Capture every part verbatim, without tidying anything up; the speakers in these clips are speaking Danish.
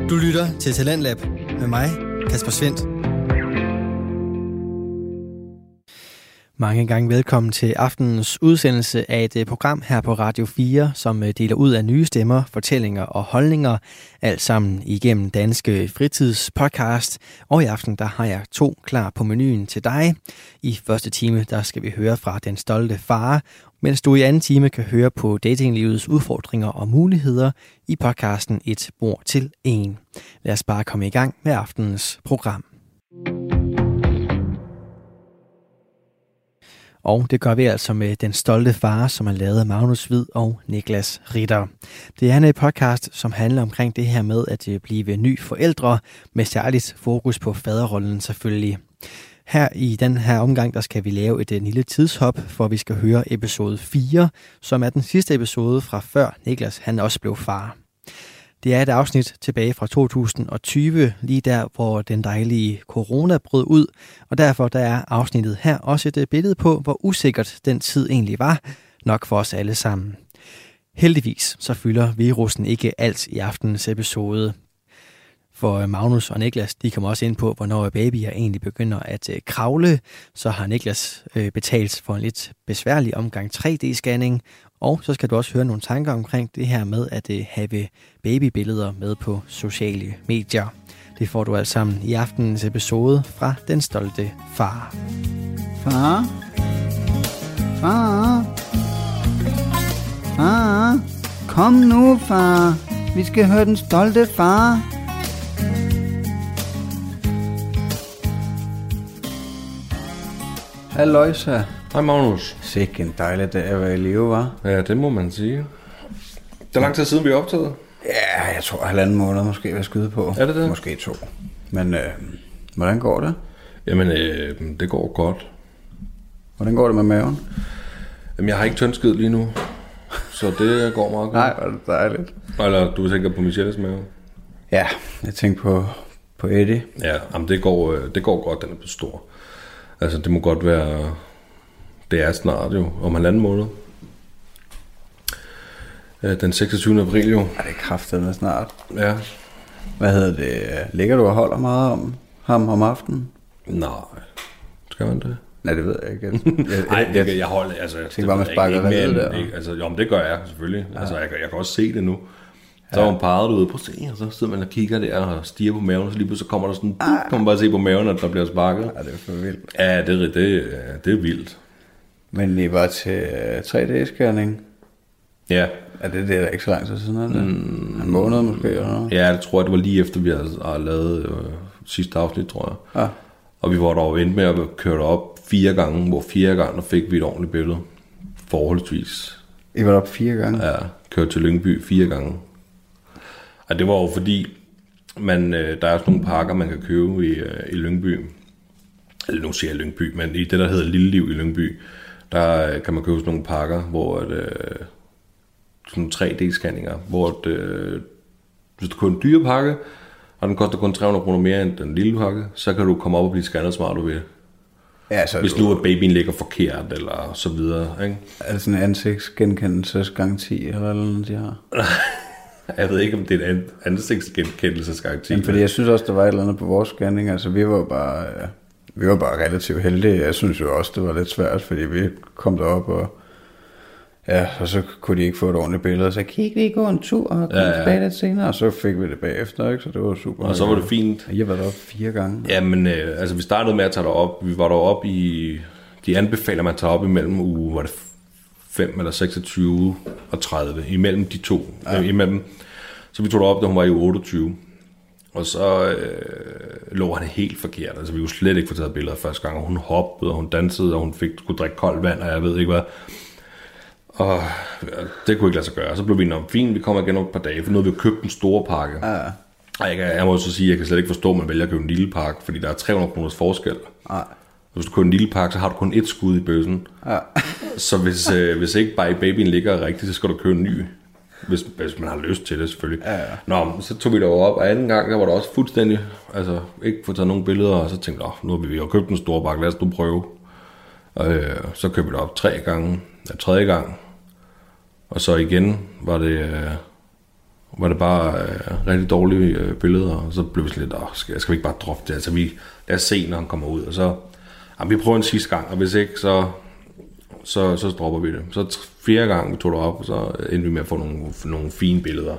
Du lytter til Talentlab med mig, Kasper Svendt. Mange gange velkommen til aftenens udsendelse af et program her på Radio fire, som deler ud af nye stemmer, fortællinger og holdninger, alt sammen igennem Danske Fritidspodcast. Og i aften der har jeg to klar på menuen til dig. I første time der skal vi høre fra Den Stolte Far, mens du i anden time kan høre på datinglivets udfordringer og muligheder i podcasten Et Bord til En. Lad os bare komme i gang med aftenens program. Og det gør vi altså med Den Stolte Far, som er lavet af Magnus Hvid og Niklas Ritter. Det er en podcast, som handler omkring det her med at blive ny forældre, med særligt fokus på faderrollen selvfølgelig. Her i den her omgang, der skal vi lave et lille tidshop, for vi skal høre episode fire, som er den sidste episode fra før Niklas han også blev far. Det er et afsnit tilbage fra to tusind og tyve, lige der, hvor den dejlige corona brød ud, og derfor der er afsnittet her også et billede på, hvor usikkert den tid egentlig var, nok for os alle sammen. Heldigvis så fylder virussen ikke alt i aftenens episode. For Magnus og Niklas, de kommer også ind på, hvornår babyer egentlig begynder at kravle. Så har Niklas betalt for en lidt besværlig omgang tre D-scanning. Og så skal du også høre nogle tanker omkring det her med at have babybilleder med på sociale medier. Det får du alt sammen i aftenens episode fra Den Stolte Far. Far? Far? Far? Kom nu, far. Vi skal høre Den Stolte Far. Halløjsa. Hej Magnus. Sikke en dejlig dag at være i live, var. Ja, det må man sige. Det er lang tid siden, vi er optaget. Ja, jeg tror halvanden måned måske vil jeg skyde på. Er det det? Måske to. Men øh, hvordan går det? Jamen, øh, det går godt. Hvordan går det med maven? Jamen, jeg har ikke tyndskid lige nu, så det går meget godt. Nej, hvor er det dejligt. Eller du tænker på Michelles mave? Ja, jeg tænker på, på Eddie. Ja, jamen, det går, det går godt, den er blevet stor. Altså, det må godt være... Det er snart jo, om halvanden måned. Den seksogtyvende april jo. Ja, det er kraftedeme snart. Ja. Hvad hedder det? Ligger du og holder meget om ham om aftenen? Nej. Skal man det? Nej, det ved jeg ikke. Nej, jeg, jeg, jeg holder... Altså, jeg tænker bare, man sparker dig ned der. Ikke, altså, jo, men det gør jeg selvfølgelig. Ja. Altså, jeg, jeg kan også se det nu. Så er man peget ude, prøv at se, og så sidder man og kigger der og stiger på maven, og så lige pludselig kommer der sådan, ah. kan man bare se på maven, at der bliver sparket. Ja, det er for vildt. Ja, det, det, det er vildt. Men I var til tre D-scanning? Ja. Er det det, der ikke så lang tid siden? Mm. En måned måske? Eller noget? Ja, det tror jeg, det var lige efter, vi havde lavet øh, sidste afsnit, tror jeg. Ja. Og vi var dog endt med at køre op fire gange, hvor fire gange, der fik vi et ordentligt billede. Forholdsvis. I var op fire gange? Ja, kørte til Lyngby fire gange. Og det var jo fordi, man, øh, der er sådan nogle pakker, man kan købe i, øh, i Lyngby. Eller nu siger jeg Lyngby, men i det, der hedder Lille Liv i Lyngby, der øh, kan man købe sådan nogle pakker, hvor at, øh, sådan tre D-scanninger, hvor at, øh, hvis du køber en dyre pakke, og den koster kun tre hundrede kroner mere end den lille pakke, så kan du komme op og blive scannet, som du vil. Ja, så hvis du... nu at babyen ligger forkert, eller så videre. Ikke? Er det sådan en ansigtsgenkendelsesgaranti, eller noget, de har? Jeg ved ikke, om det er en ansigtsgenkendelsesgaranti. Jamen, fordi jeg synes også, der var et eller andet på vores scanning. Altså, vi var bare, ja, vi var bare relativt heldige. Jeg synes jo også, det var lidt svært, fordi vi kom derop, og ja, og så kunne de ikke få et ordentligt billede. Så kan I ikke lige gå en tur og komme ja, ja. tilbage lidt senere? Og så fik vi det bagefter, ikke? Så det var super. Og så var det fint. Jeg var deroppe fire gange. Ja, men øh, altså, vi startede med at tage derop. Vi var deroppe i... De anbefaler, man tager op imellem uge, var det fem eller seksogtyve og tredive, imellem de to, ja. øh, imellem. Så vi tog derop, da hun var i otteogtyve, og så øh, lå han helt forkert, altså vi kunne slet ikke få taget billeder første gang, og hun hoppede, og hun dansede, og hun fik, skulle drikke koldt vand, og jeg ved ikke hvad, og det kunne ikke lade sig gøre. Så blev vi nok fint, vi kommer igen om et par dage, for nu havde vi købt en stor pakke, ja. Og jeg, kan, jeg må så sige, jeg kan slet ikke forstå, at man vælger at købe en lille pakke, fordi der er tre hundrede kroners forskel. Ja. Hvis du køber en lille pakke, så har du kun et skud i bøssen. Ja. Så hvis, øh, hvis ikke bare babyen ligger rigtigt, så skal du købe en ny. Hvis, hvis man har lyst til det, selvfølgelig. Ja, ja. Nå, så tog vi der op, og anden gang, der var der også fuldstændig, altså ikke få taget nogle billeder, og så tænkte jeg, nu har vi jo købt en stor pakke, lad os nu prøve. Og øh, så købte vi det op tre gange, ja, tredje gang. Og så igen var det, øh, var det bare øh, rigtig dårlige øh, billeder, og så blev vi sådan lidt, åh, skal, skal vi ikke bare droppe det? Altså, vi, lad os se, når han kommer ud, og så, jamen, vi prøver en sidste gang, og hvis ikke, så, så, så dropper vi det. Så fjerde gang, vi tog det op, og så endte vi med at få nogle, nogle fine billeder.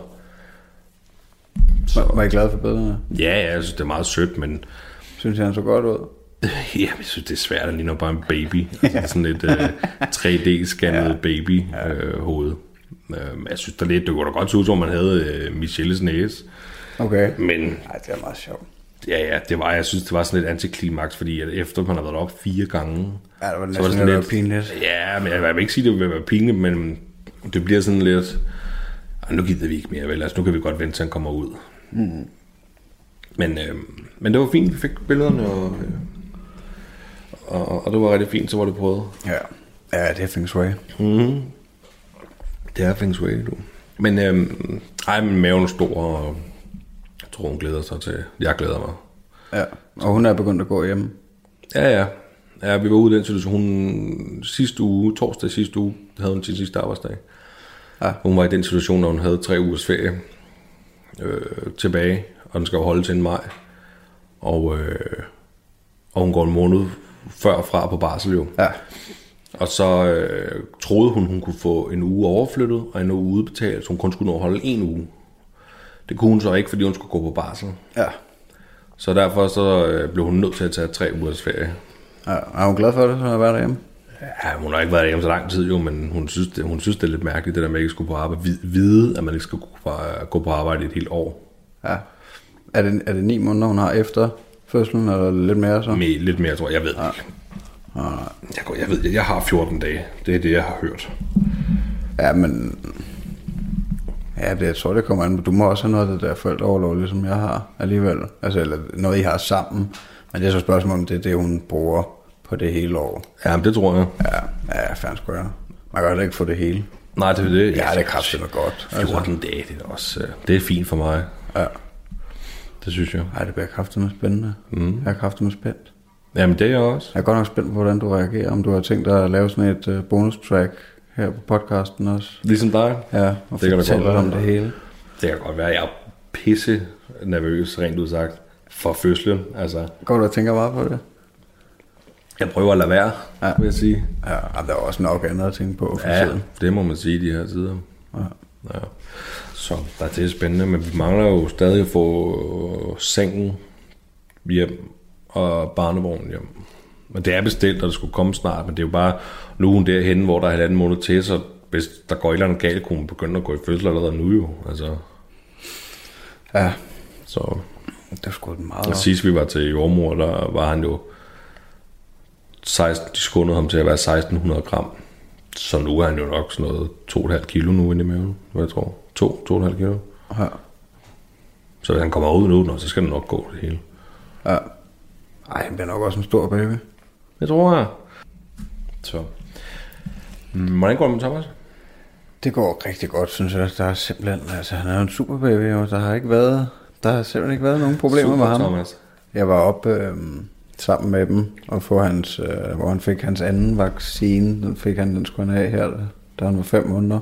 Så. Var, var I glad for billederne? Ja, ja, jeg synes, det er meget sødt, men... Synes jeg, han så godt ud? Ja, jeg synes, det er svært at ligne bare en baby. Altså sådan et uh, tre D-scannet ja. baby-hoved. Uh, uh, jeg synes, der lidt, det kunne da godt se ud, som man havde uh, Michelles næse. Okay. Men... Ej, det er meget sjovt. Ja, ja, det var, jeg synes, det var sådan lidt antiklimaks, fordi at efter man har været op fire gange... Ja, det var næsten så var det lidt pinligt. Ja, men jeg, jeg vil ikke sige, det vil være pinligt, men det bliver sådan lidt... Nu gider vi ikke mere, vel? Altså, nu kan vi godt vente, til han kommer ud. Mm. Men, øh, men det var fint, vi fik billederne, og, øh, og, og det var rigtig fint, så var det prøvet. Ja, ja, det er feng shui. Mm-hmm. Det er feng shui, du. Men, øh, ej, men maven er stor, og jeg tror, hun glæder sig til, jeg glæder mig. Ja, og hun er begyndt at gå hjem. Ja, ja. Ja, vi var ude i den situation, hun sidste uge, torsdag sidste uge, havde hun sin sidste arbejdsdag. Ja. Hun var i den situation, når hun havde tre ugers ferie øh, tilbage, og den skal jo holde til en maj. Og, øh, og hun går en måned før fra på barsel jo. Ja. Og så øh, troede hun, hun kunne få en uge overflyttet, og en uge udbetalt, så hun kun skulle nå at holde en uge. Det kunne hun så ikke, fordi hun skulle gå på barsel. Ja. Så derfor så øh, blev hun nødt til at tage tre ugers ferie. Ja, er hun glad for det, så har været derhjemme? Ja, hun har ikke været derhjemme så lang tid jo, men hun synes, det, hun synes det er lidt mærkeligt, det der med at ikke skulle på arbejde. Vide, at man ikke skal gå på arbejde i et helt år. Ja. Er det, er det ni måneder, hun har efter fødslen, eller lidt mere så? Med, lidt mere, tror jeg. Jeg ved ja. ikke. Ja. Jeg, går, jeg ved, jeg har fjorten dage. Det er det, jeg har hørt. Ja, men... Ja, det, jeg tror, det kommer an. Du må også have noget af det der forældreoverlov, ligesom jeg har alligevel. Altså, eller noget, I har sammen. Men det er så spørgsmålet, om det er det, hun bruger på det hele år. Ja, men det tror jeg. Ja, ja, fanden skulle jeg. Man kan heller ikke få det hele. Nej, det er det. Ja, det er kraftigt og godt. fjorten altså. dage, det er også... Det er fint for mig. Ja. Det synes jeg. Ej, det bliver kraftigt spændende. Mm. Jeg er kraftigt spændt. Jamen, det er jeg også. Jeg er godt nok spændt på, hvordan du reagerer. Om du har tænkt dig at lave sådan et uh, bonus-track her på podcasten også. Ligesom dig? Ja, og det kan da godt være om det hele. Det kan godt være. Jeg er pisse nervøs, rent udsagt, for fødslen. Altså. Går du og tænker meget på det? Jeg prøver at lade være, ja. vil jeg sige. Ja, der er også nok andet at tænke på for ja, tiden. Det må man sige de her tider. Ja. Ja. Så der er det spændende, men vi mangler jo stadig at få sengen hjem og barnevognen hjem. Men det er bestilt, og det skulle komme snart, men det er jo bare nu hun derhenne, hvor der er halvanden måned til, så hvis der går et eller andet galt, kunne hun begynde at gå i fødsel allerede nu jo. Altså. Ja. Så det er sgu meget. Og sidst vi var til jordmor, der var han jo seksten, de skånede ham til at være seksten hundrede gram. Så nu er han jo nok sådan noget to komma fem kilo nu inde i maven, hvad jeg tror. to, to komma fem kilo. Ja. Så hvis han kommer ud nu, så skal det nok gå det hele. Ja. Ej, han bliver nok også en stor baby. Det tror jeg. Så. Hvordan går det med Thomas? Det går rigtig godt, synes jeg. Der er simpelthen, altså han er jo en super baby, og der har ikke været, der har simpelthen ikke været nogen problemer super med ham. Thomas. Jeg var oppe øh, sammen med dem og få hans, øh, hvor han fik hans anden vaccine. Den fik han, den skulle han have her, da han var fem måneder.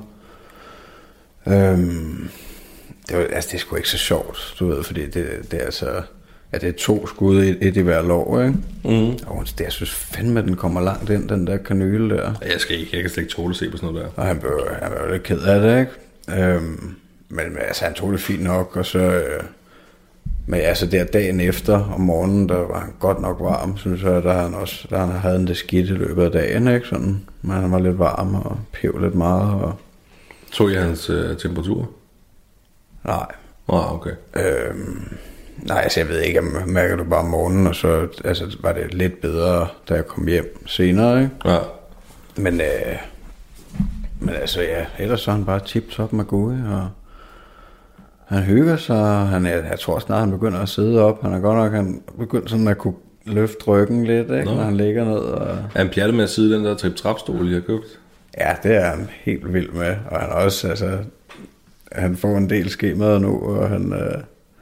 Øhm, det var, altså det er sgu ikke så sjovt, du ved, fordi det, det er altså, ja, det er to skud, et, et i hver lår, ikke? Mm. Og det, jeg synes fandme, den kommer langt ind, den der kanyle der. Jeg skal ikke, jeg kan slet ikke tåle at se på sådan noget der. Og han blev, han blev lidt ked af det, ikke? Øhm, men altså, han tog det fint nok, og så... Øh, men altså, der dagen efter, om morgenen, der var han godt nok varm, synes jeg, der han også, der han havde han det skidt i løbet af dagen, ikke? Sådan, men han var lidt varm og pev lidt meget, og... Tog I hans øh, temperatur? Nej. Ah, okay. Øhm, nej, altså jeg ved ikke, jeg mærker det bare om morgenen, og så altså, var det lidt bedre, da jeg kom hjem senere, ikke? Ja. Men, øh, men altså ja, ellers så er han bare tip-top med gode, og han hygger sig, han er, jeg tror snart, han begynder at sidde op, han er godt nok, han begynder sådan at kunne løfte ryggen lidt, ikke? Når han ligger ned. Og... Er han pjattet med at sidde i den der trip-trap-stol, I har købt? Ja, det er han helt vild med, og han også, altså, han får en del skemaet nu, og han, øh,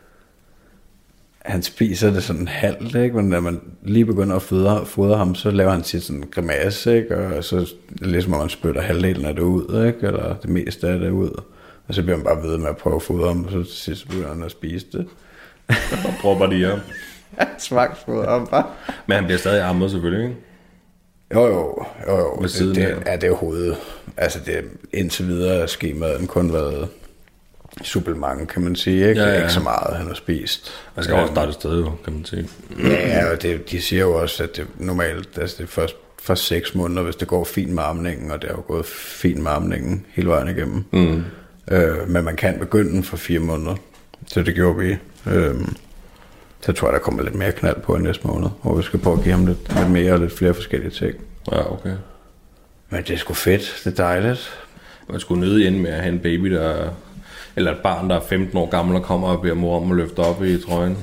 han spiser det sådan halvt, ikke? Men når man lige begynder at fodre, fodre ham, så laver han sit sådan grimasse, ikke? Og så ligesom man spytter halvdelen af det ud, ikke? Eller det meste af det ud. Og så bliver man bare ved med at prøve at fodre ham, og så til sidst begynder han at spise det. Og prøver de her. Svangsfodre ham bare. Men han bliver stadig ammet selvfølgelig, ikke? Jo, jo, jo, jo. Ved siden det, af. det, er det hovedet. Altså, det indtil videre er skemaden kun været supplement, kan man sige, ikke? Ja, ja. Det er ikke så meget, han har spist. Man skal også starte et sted, jo, kan man sige. Ja, og det, de siger jo også, at det normalt, altså det er først for seks måneder, hvis det går fint med amningen, og det har jo gået fint med amningen hele vejen igennem. Mm. Øh, men man kan begynde for fire måneder, så det gjorde vi. Øh, så tror jeg, der kommer lidt mere knald på i næste måned, hvor vi skal prøve at give ham lidt, lidt mere og lidt flere forskellige ting. Ja, okay. Men det er sgu fedt, det er dejligt. Man skulle nødig ende med at have en baby, der... Eller et barn, der er femten år gammel og kommer og beder mor om at løfte op i trøjen.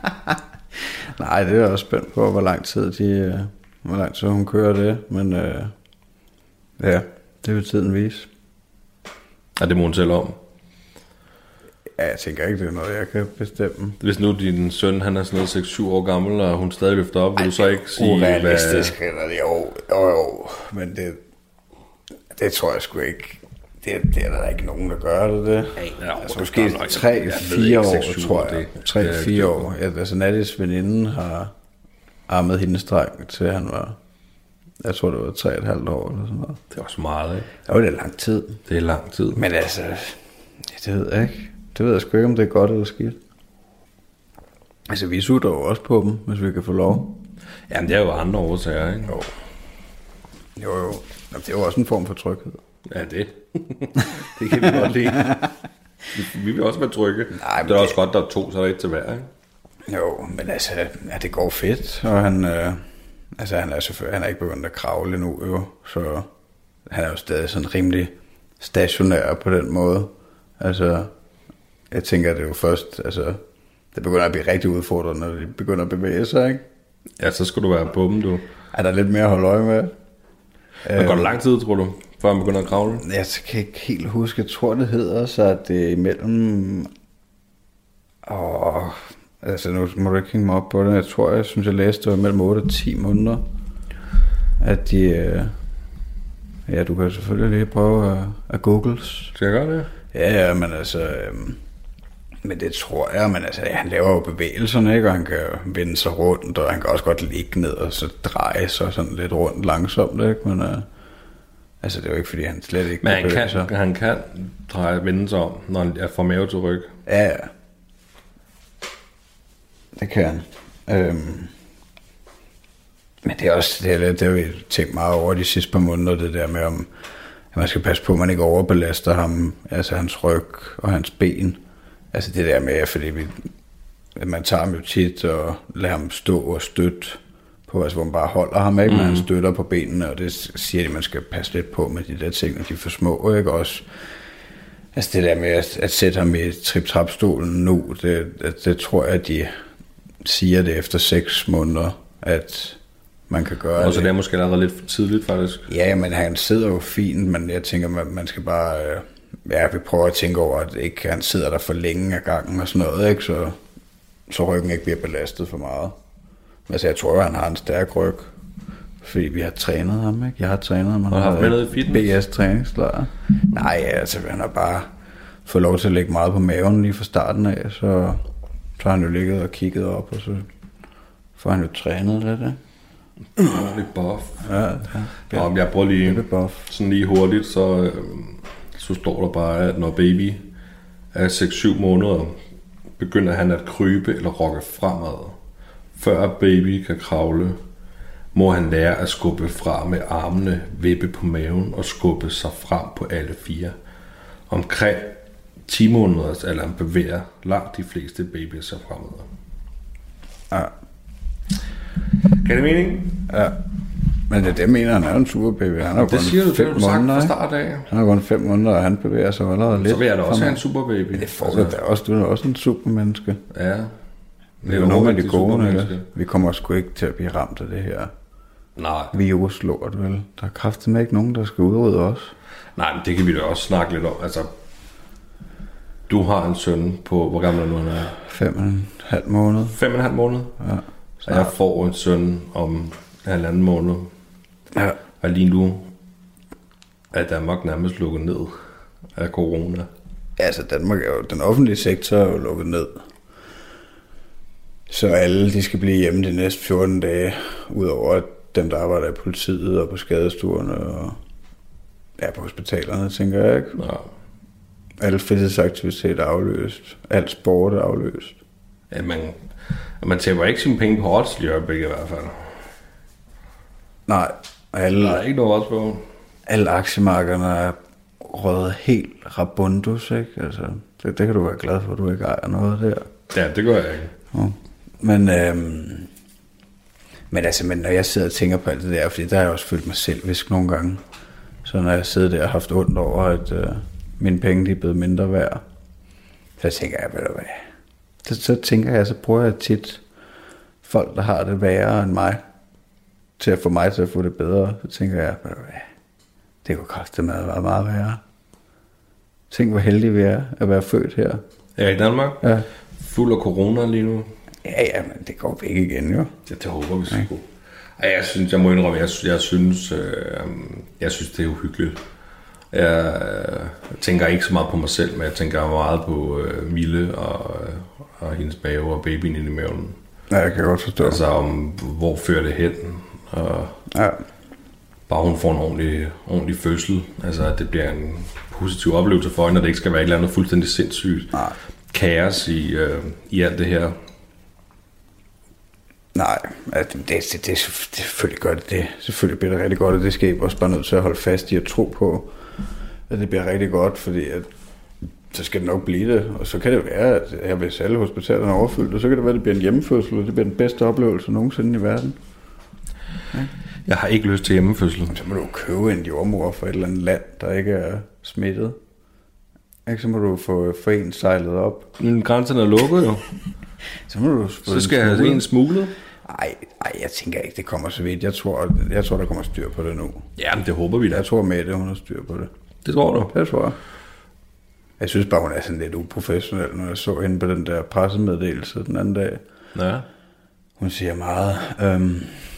Nej, det er jeg også spændt på, hvor lang tid de, hvor lang tid hun kører det. Men øh, ja, det vil tiden vise. Ja, det må hun selv om. Ja, jeg tænker ikke, det er noget, jeg kan bestemme. Hvis nu din søn, han er sådan noget seks syv år gammel, og hun stadig løfter op, vil du så ikke sige, urealistisk, hvad... eller jo, jo, jo, men det, det tror jeg sgu ikke. Det, det er der ikke nogen, der gør det. det. Ja, ja, altså, måske tre fire år, tror jeg. tre fire år. Ja, altså, Nattis veninde har armet hendes dreng til, han var, jeg tror, det var tre og et halvt år, eller sådan noget. Det er også meget, ikke? Jo, det er lang tid. Det er lang tid. Men altså, det ved jeg ikke. Det ved jeg sgu ikke, om det er godt eller skidt. Altså, vi sutter jo også på dem, hvis vi kan få lov. Jamen, det er jo andre årsager, ikke? Jo. Jo, jo. Jamen, det er jo også en form for tryghed. Ja, det. Det kan vi godt lide. Vi vil også være trygge. Nej, det er det... også godt, der er to, så er der et til hver, ikke? Jo, men altså, ja, det går fedt, og han, øh, altså, han er selvfølgelig, han er ikke begyndt at kravle endnu, jo, så han er jo stadig sådan rimelig stationær på den måde. Altså, jeg tænker, det er jo først, altså, det begynder at blive rigtig udfordrende, når de begynder at bevæge sig, ikke? Ja, så skal du være på dem, du. Er der lidt mere at holde øje med? Men går det lang tid, tror du, før han begynder at kravle? Jeg kan ikke helt huske, jeg tror, det hedder så, at det er imellem... Åh, altså nu må du ikke hænge mig op på det. Jeg tror, jeg synes, jeg læste, det var mellem otte og ti måneder, at de... Øh... Ja, du kan selvfølgelig lige prøve at, at googles. Skal jeg gøre det? Ja, ja, men altså... Øh... Men det tror jeg, men altså, han laver jo bevægelserne, ikke? Og han kan vende sig rundt, og han kan også godt ligge ned og så dreje sig sådan lidt rundt langsomt, ikke? Men uh, altså, det er jo ikke, fordi han slet ikke men han kan, sig. han kan dreje vende sig om, når han får mave til ryg. Ja, ja. Det kan han. Øhm. Men det er også, det er, det har vi tænkt meget over de sidste par måneder, det der med, om at man skal passe på, at man ikke overbelaster ham, altså hans ryg og hans ben. Altså det der med, fordi vi, at man tager ham jo tit og lader ham stå og støtte på, altså hvor man bare holder ham, ikke? Men mm. han støtter på benene, og det siger de, at man skal passe lidt på med de der ting, og de er for små, ikke? Også, altså det der med at, at sætte ham i trip-trap-stolen nu, det, det, det tror jeg, at de siger det efter seks måneder, at man kan gøre. Og så det er måske allerede lidt for tidligt, faktisk. Ja, men han sidder jo fint, men jeg tænker, man, man skal bare... Ja, vi prøver at tænke over, at ikke han sidder der for længe af gangen og sådan noget, ikke? Så, så ryggen ikke bliver belastet for meget. Men altså, jeg tror, at han har en stærk ryg, fordi vi har trænet ham, ikke? Jeg har trænet ham. Han har haft med noget i fitness? B S-træningslejr. Nej, altså, han har bare fået lov til at lægge meget på maven lige fra starten af, så, så har han jo ligget og kigget op, og så får han jo trænet lidt, ikke? Lidt buff. Ja, ja. ja. Nå, jeg prøver lige, sådan lige hurtigt, så... Øh, så står der bare, at når baby er seks syv måneder, begynder han at krybe eller rokke fremad. Før baby kan kravle, må han lære at skubbe fra med armene, vippe på maven og skubbe sig frem på alle fire. Omkring ti måneders alderen bevæger langt de fleste babyer sig fremad. Ja. Kan det mening? Ja. Men det, det mener han er en superbaby. Han har det siger du, det har du sagt fra start af. Han har gået fem måneder, og han bevæger sig allerede lidt. Så vil jeg da også have en superbaby. Det får altså. Du da også. Du er også en supermenneske. Ja. Det er jo nogle af de gode, vi kommer sgu ikke til at blive ramt af det her. Nej. Viruslort, vel? Der er kraftedeme ikke nogen, der skal udrydde os. Nej, men det kan vi da også snakke lidt om. Altså, du har en søn på, hvor gammel er nu han er? Fem og en halv måned. Fem og en halv måned? Ja. Så jeg får en søn om en halvanden måned. Ja. Og lige nu er Danmark nærmest lukket ned af corona. Altså Danmark er jo, den offentlige sektor er jo lukket ned. Så alle, de skal blive hjemme de næste fjorten dage, udover dem, der arbejder i politiet og på skadestuerne og ja, på hospitalerne, tænker jeg, ikke? Ja. Alle fritidsaktiviteter er afløst. Alt sport er afløst. Ja, man, man taber ikke sine penge på odds i øjeblikket i hvert fald. Nej, alle, der er ikke noget odds på. Alle aktiemarkederne er røget helt rabundus, ikke? Altså, det, det kan du være glad for, at du ikke ejer noget der. Ja, det gør jeg ikke. Ja. Men, øhm, men altså, men når jeg sidder og tænker på alt det der, fordi der har jeg også følt mig selvvisk nogle gange. Så når jeg sidder der og har haft ondt over, at øh, mine penge de er blevet mindre værd, så tænker jeg, ved du hvad, så, så tænker jeg, så bruger jeg tit folk, der har det værre end mig, til at få mig til at få det bedre. Så tænker jeg, ved du hvad, det kunne koste mig at være meget værre. Tænk, hvor heldige vi er at være født her. Ja, i Danmark? Ja. Fuld af corona lige nu. Ja, ja, men det går væk igen, jo. Ja, det håber vi sgu. Ja, jeg synes, jeg må indrømme, jeg, jeg synes, øh, jeg synes, det er uhyggeligt. Jeg øh, tænker ikke så meget på mig selv, men jeg tænker meget på øh, Mille og, og hendes mave og babyen inde i maven. Ja, jeg kan godt forstå. Altså, om, hvor fører det hen? Og ja. Bare hun får en ordentlig, ordentlig fødsel. Altså, at det bliver en positiv oplevelse for hende, og det ikke skal være et eller andet fuldstændig sindssygt Nej. kaos i, øh, i alt det her. Nej, det, det, det, det, det selvfølgelig gør det det. Selvfølgelig bliver det rigtig godt, og det skal I også bare nødt til at holde fast i at tro på, at det bliver rigtig godt, fordi at, så skal det nok blive det. Og så kan det være, at jeg, hvis alle hospitalerne er overfyldt, og så kan det være, at det bliver en hjemmefødsel, og det bliver den bedste oplevelse nogensinde i verden. Ja. Jeg har ikke lyst til hjemmefødsel. Så må du købe en jordmor fra et eller andet land, der ikke er smittet. Ikke, så må du få, få en sejlet op. Men grænserne er lukket jo. Så, må du så skal jeg have en smuglet. Nej, nej, jeg tænker ikke, det kommer så vidt. Jeg tror, jeg tror, der kommer styr på det nu. Jamen, det håber vi da. Jeg tror med det, hun har styr på det. Det tror du? Det tror jeg. Jeg synes bare, hun er sådan lidt uprofessionel, når jeg så hende på den der pressemeddelelse den anden dag. Ja. Hun siger meget. Øhm,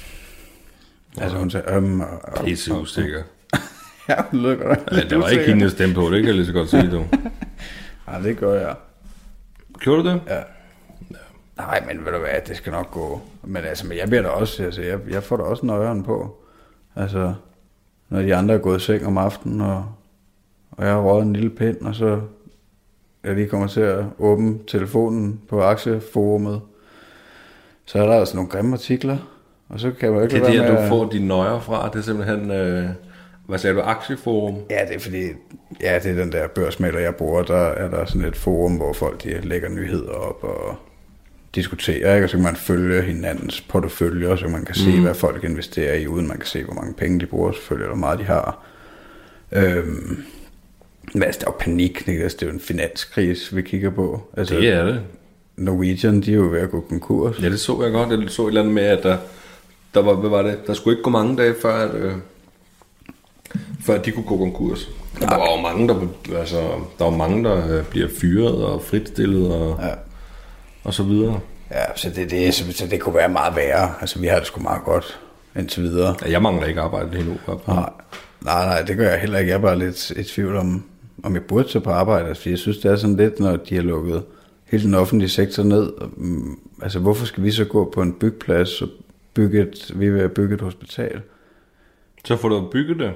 ja. Altså, hun siger øhm og... og Pisse usikker. Ja, hun lyder godt. Ja, der var ikke hendes stemme på, det kan jeg lige så godt sige, du. Nej, det gør jeg. Gjorde du det? Ja. Nej, men ved du hvad, det skal nok gå. Men altså, men jeg bliver da også, altså, jeg, jeg får da også nøjeren på. Altså, når de andre er gået i seng om aftenen, og, og jeg har røget en lille pind, og så jeg lige kommer til at åbne telefonen på aktieforumet, så er der altså nogle grimme artikler, og så kan jeg jo ikke det er være det, med du får dine nøjer fra, det er simpelthen, øh, hvad sagde du, aktieforum? Ja, det er fordi, ja, det er den der børsmæler, jeg bruger, der er der sådan et forum, hvor folk de lægger nyheder op og diskuterer, ikke? Og så kan man følge hinandens porteføljer, så man kan se, mm. hvad folk investerer i, uden man kan se, hvor mange penge de bruger, selvfølgelig, eller hvor meget de har. Øhm, men altså, der er jo panik, ikke? Altså, det er jo en finanskrise, vi kigger på. Altså, det er det. Norwegian, de er jo ved at gå konkurs. Ja, det så jeg godt. Jeg så et eller andet med, at der, der var, hvad var det? Der skulle ikke gå mange dage før, at, øh, før de kunne gå konkurs. Der var jo mange, der, altså, der var mange, der øh, bliver fyret og fritstillet og, ja. og så videre. Ja, så det, det, så, så det kunne være meget værre. Altså, vi har det sgu meget godt indtil videre. Ja, jeg mangler ikke arbejde lige nu. Nej, nej, nej, det gør jeg heller ikke. Jeg er bare lidt i tvivl om, om jeg burde tage på arbejde. Fordi jeg synes, det er sådan lidt, når de har lukket hele den offentlige sektor ned. Altså, hvorfor skal vi så gå på en byggeplads og bygge et, vi vil bygge et hospital? Så får du bygget det?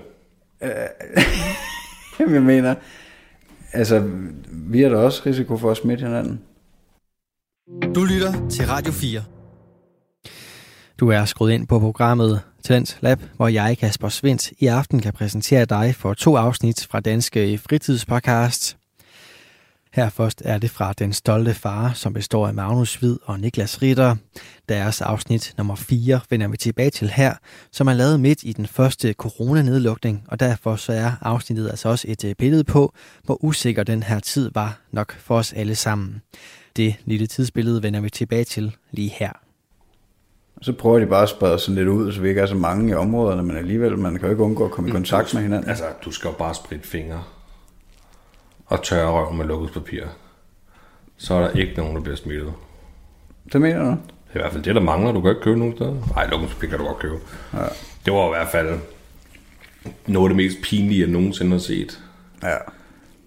Jeg mener, altså, vi har da også risiko for at smitte hinanden. Du lytter til Radio fire. Du er skruet ind på programmet Talent Lab, hvor jeg, Kasper Svindt, i aften kan præsentere dig for to afsnit fra Danske Fritidspodcast. Her først er det fra Den Stolte Far, som består af Magnus Hvid og Niklas Ritter. Deres afsnit nummer fire vender vi tilbage til her, som er lavet midt i den første coronanedlukning, og derfor så er afsnittet altså også et billede på, hvor usikker den her tid var nok for os alle sammen. Det lille tidsbillede vender vi tilbage til lige her. Så prøver de bare at sprede sådan lidt ud, så vi ikke er så mange i områderne, men alligevel, man kan jo ikke undgå at komme i kontakt med hinanden. Altså, du skal jo bare spritte fingre og tørre røven med lukket papir. Så er der ikke nogen, der bliver smittet. Det mener du? Det er i hvert fald det, der mangler. Du kan ikke købe nogen steder. Nej, lukket papir kan du godt købe. Ja. Det var i hvert fald noget af det mest pinlige, jeg nogensinde har set. Ja.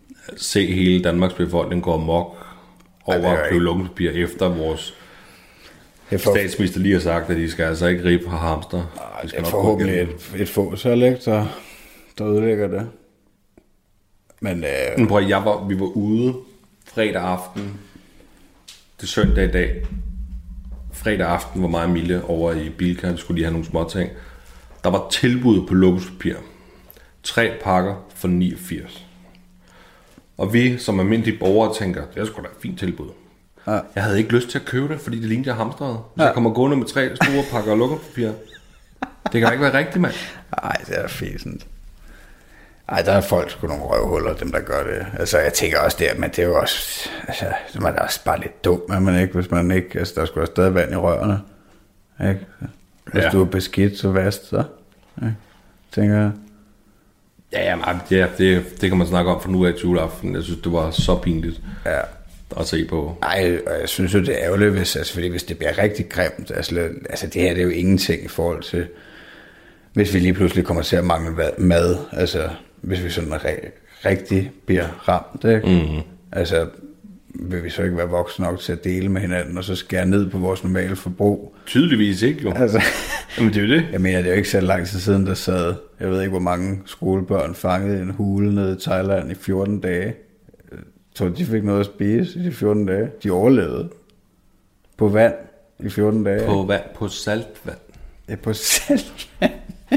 se hele Danmarks befolkning gå amok over at købe lukkepapir efter vores for... statsminister lige har sagt, at de skal altså ikke ribe på hamster. Ej, det er forhåbentlig et, et få salg, der, der ødelægger det. Men, øh... Men prøv, jeg var, vi var ude fredag aften, det er søndag i dag. Fredag aften var mig og Mille over i Bilka, vi skulle lige have nogle små ting. Der var tilbud på luksuspapir. Tre pakker for niogfirs. Og vi som almindelige borgere tænker, det er sgu da et fint tilbud. Ja. Jeg havde ikke lyst til at købe det, fordi det lignede, jeg hamstrede. Så ja. Jeg kommer gående med tre store pakker luksuspapir. Det kan ikke være rigtigt, mand. Nej, det er fæsent. Ej, der er folk sgu nogle røvhuller, dem der gør det. Altså, jeg tænker også det, men det er jo også, altså, man er også bare lidt dum, er man ikke, hvis man ikke, altså, der skulle være stadig vand i rørene, ikke? Hvis ja. du er beskidt, så vast, så, ikke? Tænker jeg. Ja, jamen, ja, det, det kan man snakke om fra nu af til juleaften. Jeg synes, det var så pinligt ja. at se på. Ej, og jeg synes jo, det er ærgerligt, hvis, altså, fordi hvis det bliver rigtig grimt, altså, altså, det her det er jo ingenting i forhold til, hvis vi lige pludselig kommer til at mangle mad, altså, hvis vi sådan rigtig bliver ramt, ikke? Mm-hmm. Altså, vil vi så ikke være voksne nok til at dele med hinanden, og så skære ned på vores normale forbrug? Tydeligvis ikke, jo. Altså, jamen, det er jo det. Jeg mener, det er jo ikke så lang tid siden, der sad, jeg ved ikke, hvor mange skolebørn fangede en hule nede i Thailand i fjorten dage. Jeg tror, de fik noget at spise i de fjorten dage. De overlevede. På vand i fjorten dage. På vand, på saltvand. Ja, på saltvand.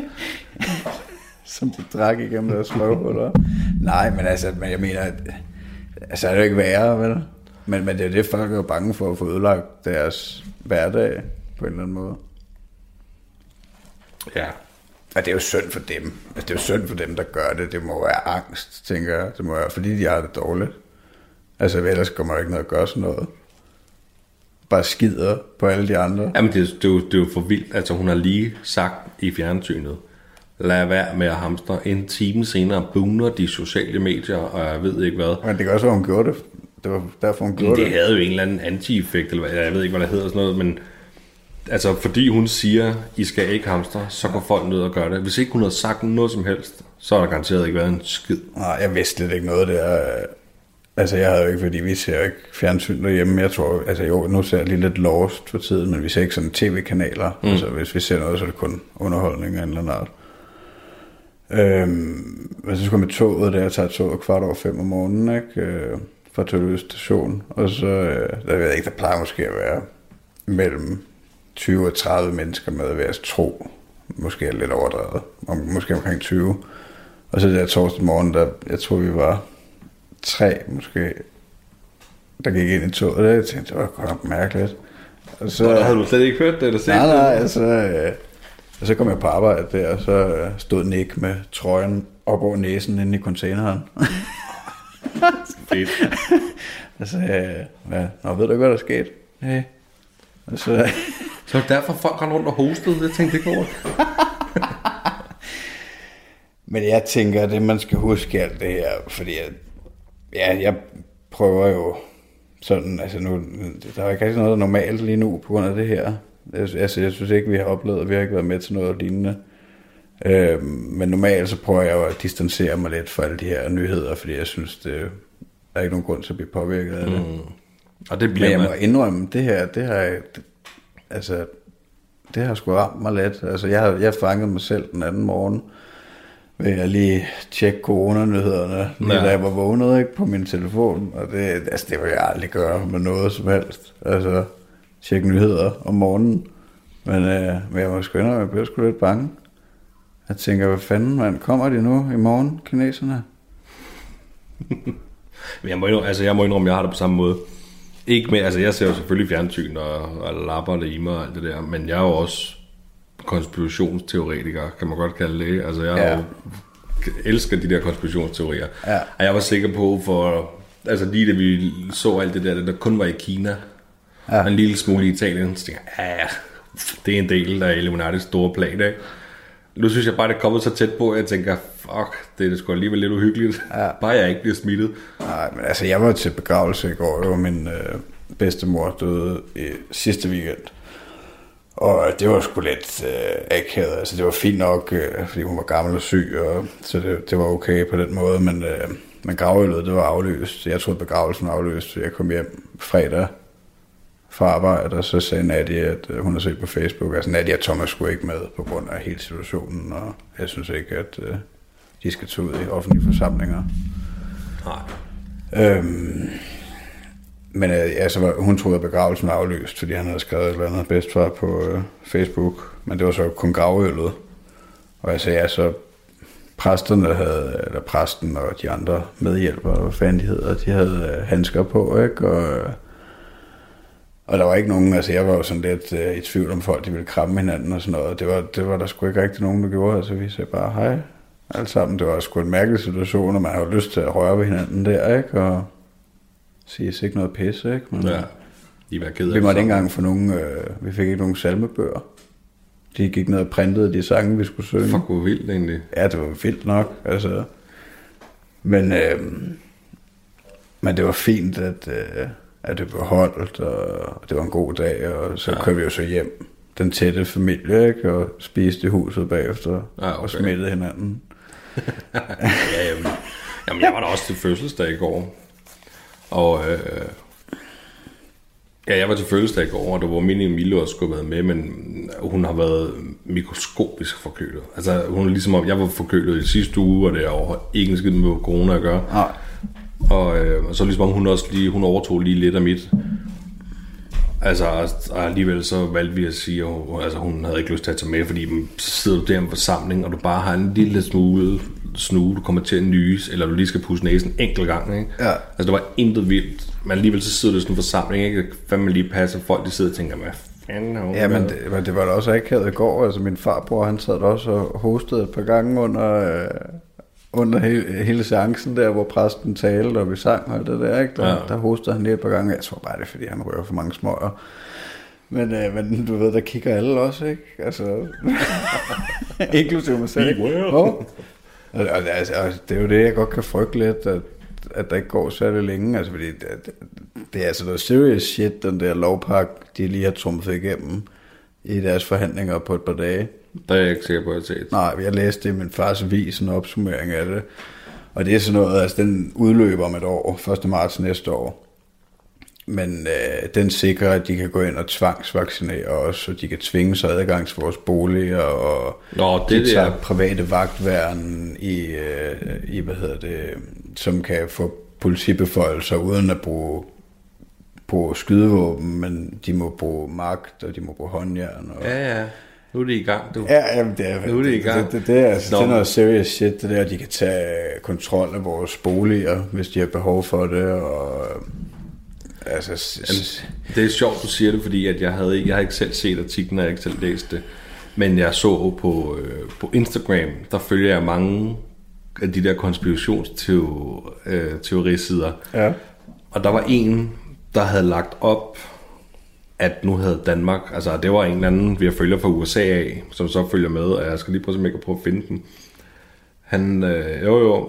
Som de drak igennem deres sløvhuller. Nej, men altså, men jeg mener, at, altså er det jo ikke værre, vel? Men, men det er det, folk er jo bange for at få ødelagt deres hverdag på en eller anden måde. Ja. Og det er jo synd for dem. Altså, det er jo synd for dem, der gør det. Det må være angst, tænker jeg. Det må være, fordi de har det dårligt. Altså, ellers kommer der ikke noget at gøre sådan noget. Bare skider på alle de andre. Jamen, det er, det er, jo, det er jo for vildt. Altså, hun har lige sagt i fjernsynet, lad være med at hamstre. En time senere bugner de sociale medier, og jeg ved ikke hvad. Men det kan også være, hun gjorde det. Det var derfor, hun gjorde det. Det havde jo en eller anden anti-effekt, eller hvad, jeg ved ikke, hvad der hedder sådan noget, men altså, fordi hun siger, I skal ikke hamstre, så går folk ned og gør det. Hvis ikke hun havde sagt noget som helst, så har der garanteret ikke været en skid. Nej, jeg vidste lidt ikke noget der. Altså, jeg havde jo ikke, fordi vi ser jo ikke fjernsyn derhjemme. Jeg tror, altså jo, nu ser jeg lige lidt Lost for tiden, men vi ser ikke sådan tv-kanaler. Mm. Altså, hvis vi ser noget, så er det kun underholdning af en eller anden art. Øhm, men så skulle jeg med toget der, jeg tager toget kvart over fem om morgenen, ikke? Øh, fra Tølløse station. Og så, øh, der ved jeg ikke, der plejer måske at være mellem tyve og tredive mennesker med ved at tro. Måske lidt overdrevet. Om, måske omkring tyve. Og så der torsdag morgen, der, jeg tror vi var tre måske, der gik ind i toget, og jeg tænkte, det var godt nok mærkeligt. Og så og havde du slet ikke hørt det, eller set nej, nej, altså, øh, og så kom jeg på arbejde der, og så øh, stod Nick med trøjen op over næsen inde i containeren. Fedt. Og så sagde jeg, nå, ved du ikke, hvad der er sket? Hey. Og så, så er det derfor, folk render rundt og hostede, jeg tænkte ikke over. Men jeg tænker, det man skal huske alt det her, fordi jeg, ja, jeg prøver jo sådan, altså nu, der er ikke rigtig noget normalt lige nu på grund af det her. Altså, jeg synes ikke, vi har oplevet, at vi har ikke været med til noget lignende. Øh, men normalt så prøver jeg jo at distancere mig lidt fra alle de her nyheder, fordi jeg synes, det der er ikke nogen grund til at blive påvirket af det. Mm. Og det bliver men jeg må indrømme, det her, det har jeg, det, altså, det har sgu ramt mig lidt. Altså, jeg har jeg fanget mig selv den anden morgen, ved jeg lige tjekke coronanyhederne, lige ja. Da jeg var vågnet, ikke, på min telefon. Og det, altså, det vil jeg aldrig gøre med noget som helst. Altså, tjekke nyheder om morgenen. Men, øh, men jeg må sgu indrømme, jeg bliver sgu lidt bange. Jeg tænker, hvad fanden, man kommer de nu i morgen, kineserne? Men jeg må indrømme, altså, jeg må indrømme, jeg har det på samme måde. Ikke med, altså jeg ser jo selvfølgelig fjernsyn og, og lapper og limer og alt det der, men jeg er jo også konspirationsteoretiker, kan man godt kalde det. Altså jeg ja. jo, elsker de der konspirationsteorier. Ja. Og jeg var sikker på, for altså lige da vi så alt det der, der kun var i Kina, ja. En lille smule i Italien, så tænkte jeg, ja, det er en del af Illuminatis store plan, ikke? Nu synes jeg bare, det er kommet så tæt på, at jeg tænker, fuck, det er det sgu alligevel lidt uhyggeligt. Ja. Bare jeg ikke bliver smittet. Nej, men altså, jeg var til begravelse i går. Det var min øh, bedstemor døde i sidste weekend. Og det var sgu lidt øh, akavet. Altså, det var fint nok, øh, fordi hun var gammel og syg, og, så det, det var okay på den måde. Men, øh, men gravøllet, det var afløst. Jeg troede, begravelsen var afløst, så jeg kom hjem fredag fra arbejde, og så sagde Nadia, at hun har set på Facebook, altså Nadia og Thomas skulle ikke med på grund af hele situationen, og jeg synes ikke, at uh, de skal tage ud i offentlige forsamlinger. Nej. Øhm, men uh, altså, var, hun troede, at begravelsen var afløst, fordi han havde skrevet et eller andet bedstfar på uh, Facebook, men det var så kun gravøllet. Og jeg sagde, altså, præsterne havde, eller præsten og de andre medhjælpere, hvad fanden de hedder, de havde uh, handsker på, ikke? Og, og der var ikke nogen, altså jeg var jo sådan lidt uh, i tvivl om folk, de ville kramme hinanden og sådan noget. Det var, det var der sgu ikke rigtig nogen, der gjorde, altså vi sagde bare hej, alt sammen. Det var sgu en mærkelig situation, og man har jo lyst til at røre ved hinanden der, ikke? Og sige ikke noget pisse, ikke? Men, ja, de var ked af vi måtte ikke engang få nogen, øh, vi fik ikke nogen salmebøger. De gik ned og printede de sange, vi skulle synge. Fuck, hvor vildt egentlig. Ja, det var vildt nok, altså. Men, øh, men det var fint, at, øh, at det blev holdt, og det var en god dag, og så ja. Kørte vi jo så hjem, den tætte familie, ikke? Og spiste i huset bagefter, ja, okay. Og smittede hinanden. ja, jamen, jamen, jeg var da også til fødselsdag i går, og øh, ja, jeg var til fødselsdag i går, og der var min Emilie også skulle have været med, men hun har været mikroskopisk forkølet. Altså, hun er ligesom om, jeg var forkølet i sidste uge, og det er overhovedet ikke en skid med corona at gøre. Ja. Og, øh, og så ligesom om hun også lige, hun overtog lige lidt af mit. Altså, og alligevel så valgte vi at sige, at altså, hun havde ikke lyst til at tage med, fordi så sidder du der i en forsamling, og du bare har en lille smule snue, du kommer til at nyse, eller du lige skal pusse næsen en enkelt gang, ikke? Ja. Altså, det var intet vildt. Men alligevel så sidder du i sådan en forsamling, ikke? Fanden man lige passer, folk de sidder og tænker, hvad fanden har hun Ja, men det, men det var da også akavet i går. Altså, min farbror, han sad også og hostede et par gange under... Øh under hele, hele seancen der, hvor præsten talte, og vi sang og det der, ikke? Der, ja. Der hostede han lige et par gange. Jeg tror bare, det er, fordi han rører for mange smøger. Men, øh, men du ved, der kigger alle også, ikke? Altså, inklusive mig selv. Oh. Og, og, altså, og det er jo det, jeg godt kan frygte lidt, at, at der ikke går særlig længe. Altså, fordi det, det, det er altså noget serious shit, den der lovpakke, de lige har trumfet igennem i deres forhandlinger på et par dage. Der er jeg ikke sikker på, at jeg har set. Nej, jeg læste det i min fars avis, en opsummering af det. Og det er sådan noget, altså den udløber om et år, første marts næste år. Men øh, den sikrer, at de kan gå ind og tvangsvaccinere os, og de kan tvinge sig adgang til vores boliger, og Nå, det de tager der. private vagtværn i, øh, i, hvad hedder det, som kan få politibeføjelser uden at bruge på skydevåben, men de må bruge magt, og de må bruge håndjern. Og ja, ja. Nu er det i gang, du. Ja, jamen, det er, nu er det i gang. Det, det, det, er, altså, det er noget serious shit, det der, de kan tage kontrol af vores boliger, hvis de har behov for det, og altså... Jamen, det er sjovt, du siger det, fordi at jeg havde jeg har ikke selv set artiklen, og jeg har ikke selv læst det, men jeg så på, øh, på Instagram, der følger jeg mange af de der konspirationsteorisider, ja. Og der var en, der havde lagt op, at nu havde Danmark, altså det var en eller anden, vi har følger fra U S A af, som så følger med, og jeg skal lige prøve, at prøve at finde den. Han, øh, jo jo,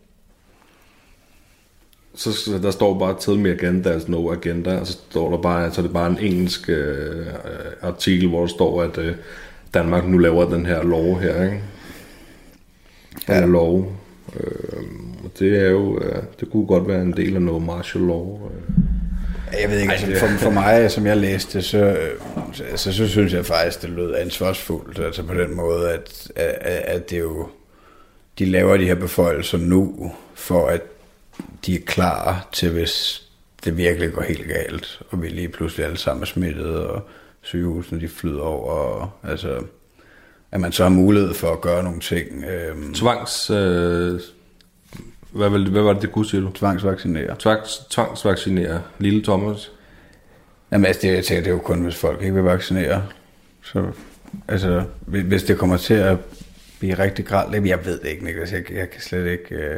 så, så der står bare, tell me again, there's no agenda, og så står der bare, så er det bare en engelsk øh, artikel, hvor der står, at øh, Danmark nu laver den her lov her, ikke? Den her lov. Øh, og det er jo, øh, det kunne godt være en del af noget martial law. Øh. Jeg ved ikke, altså, for, for mig, som jeg læste, så, så, så synes jeg faktisk, det lød ansvarsfuldt, altså på den måde, at, at, at det jo, de laver de her beføjelser nu, for at de er klar til, hvis det virkelig går helt galt, og vi lige pludselig alle sammen er smittet, og sygehusene de flyder over, og altså, at man så har mulighed for at gøre nogle ting. Øhm, Tvangs... Øh Hvad, hvad, hvad var det, det kunne, siger du? Tvangsvaccinere. Tvangs, tvangsvaccinere. Lille Thomas. Jamen altså, det, jeg tænker, det er jo kun, hvis folk ikke vil vaccinere. Så, altså, hvis det kommer til at blive rigtig gralt, jeg ved det ikke, Niklas. Jeg, jeg kan slet ikke... Øh,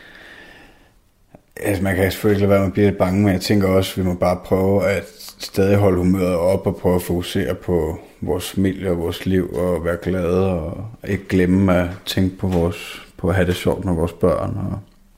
altså, man kan selvfølgelig lade være med at blive lidt bange, men jeg tænker også, at vi må bare prøve at stadig holde humøret op og prøve at fokusere på vores familie og vores liv og være glade og ikke glemme at tænke på vores på at have det sjovt med vores børn og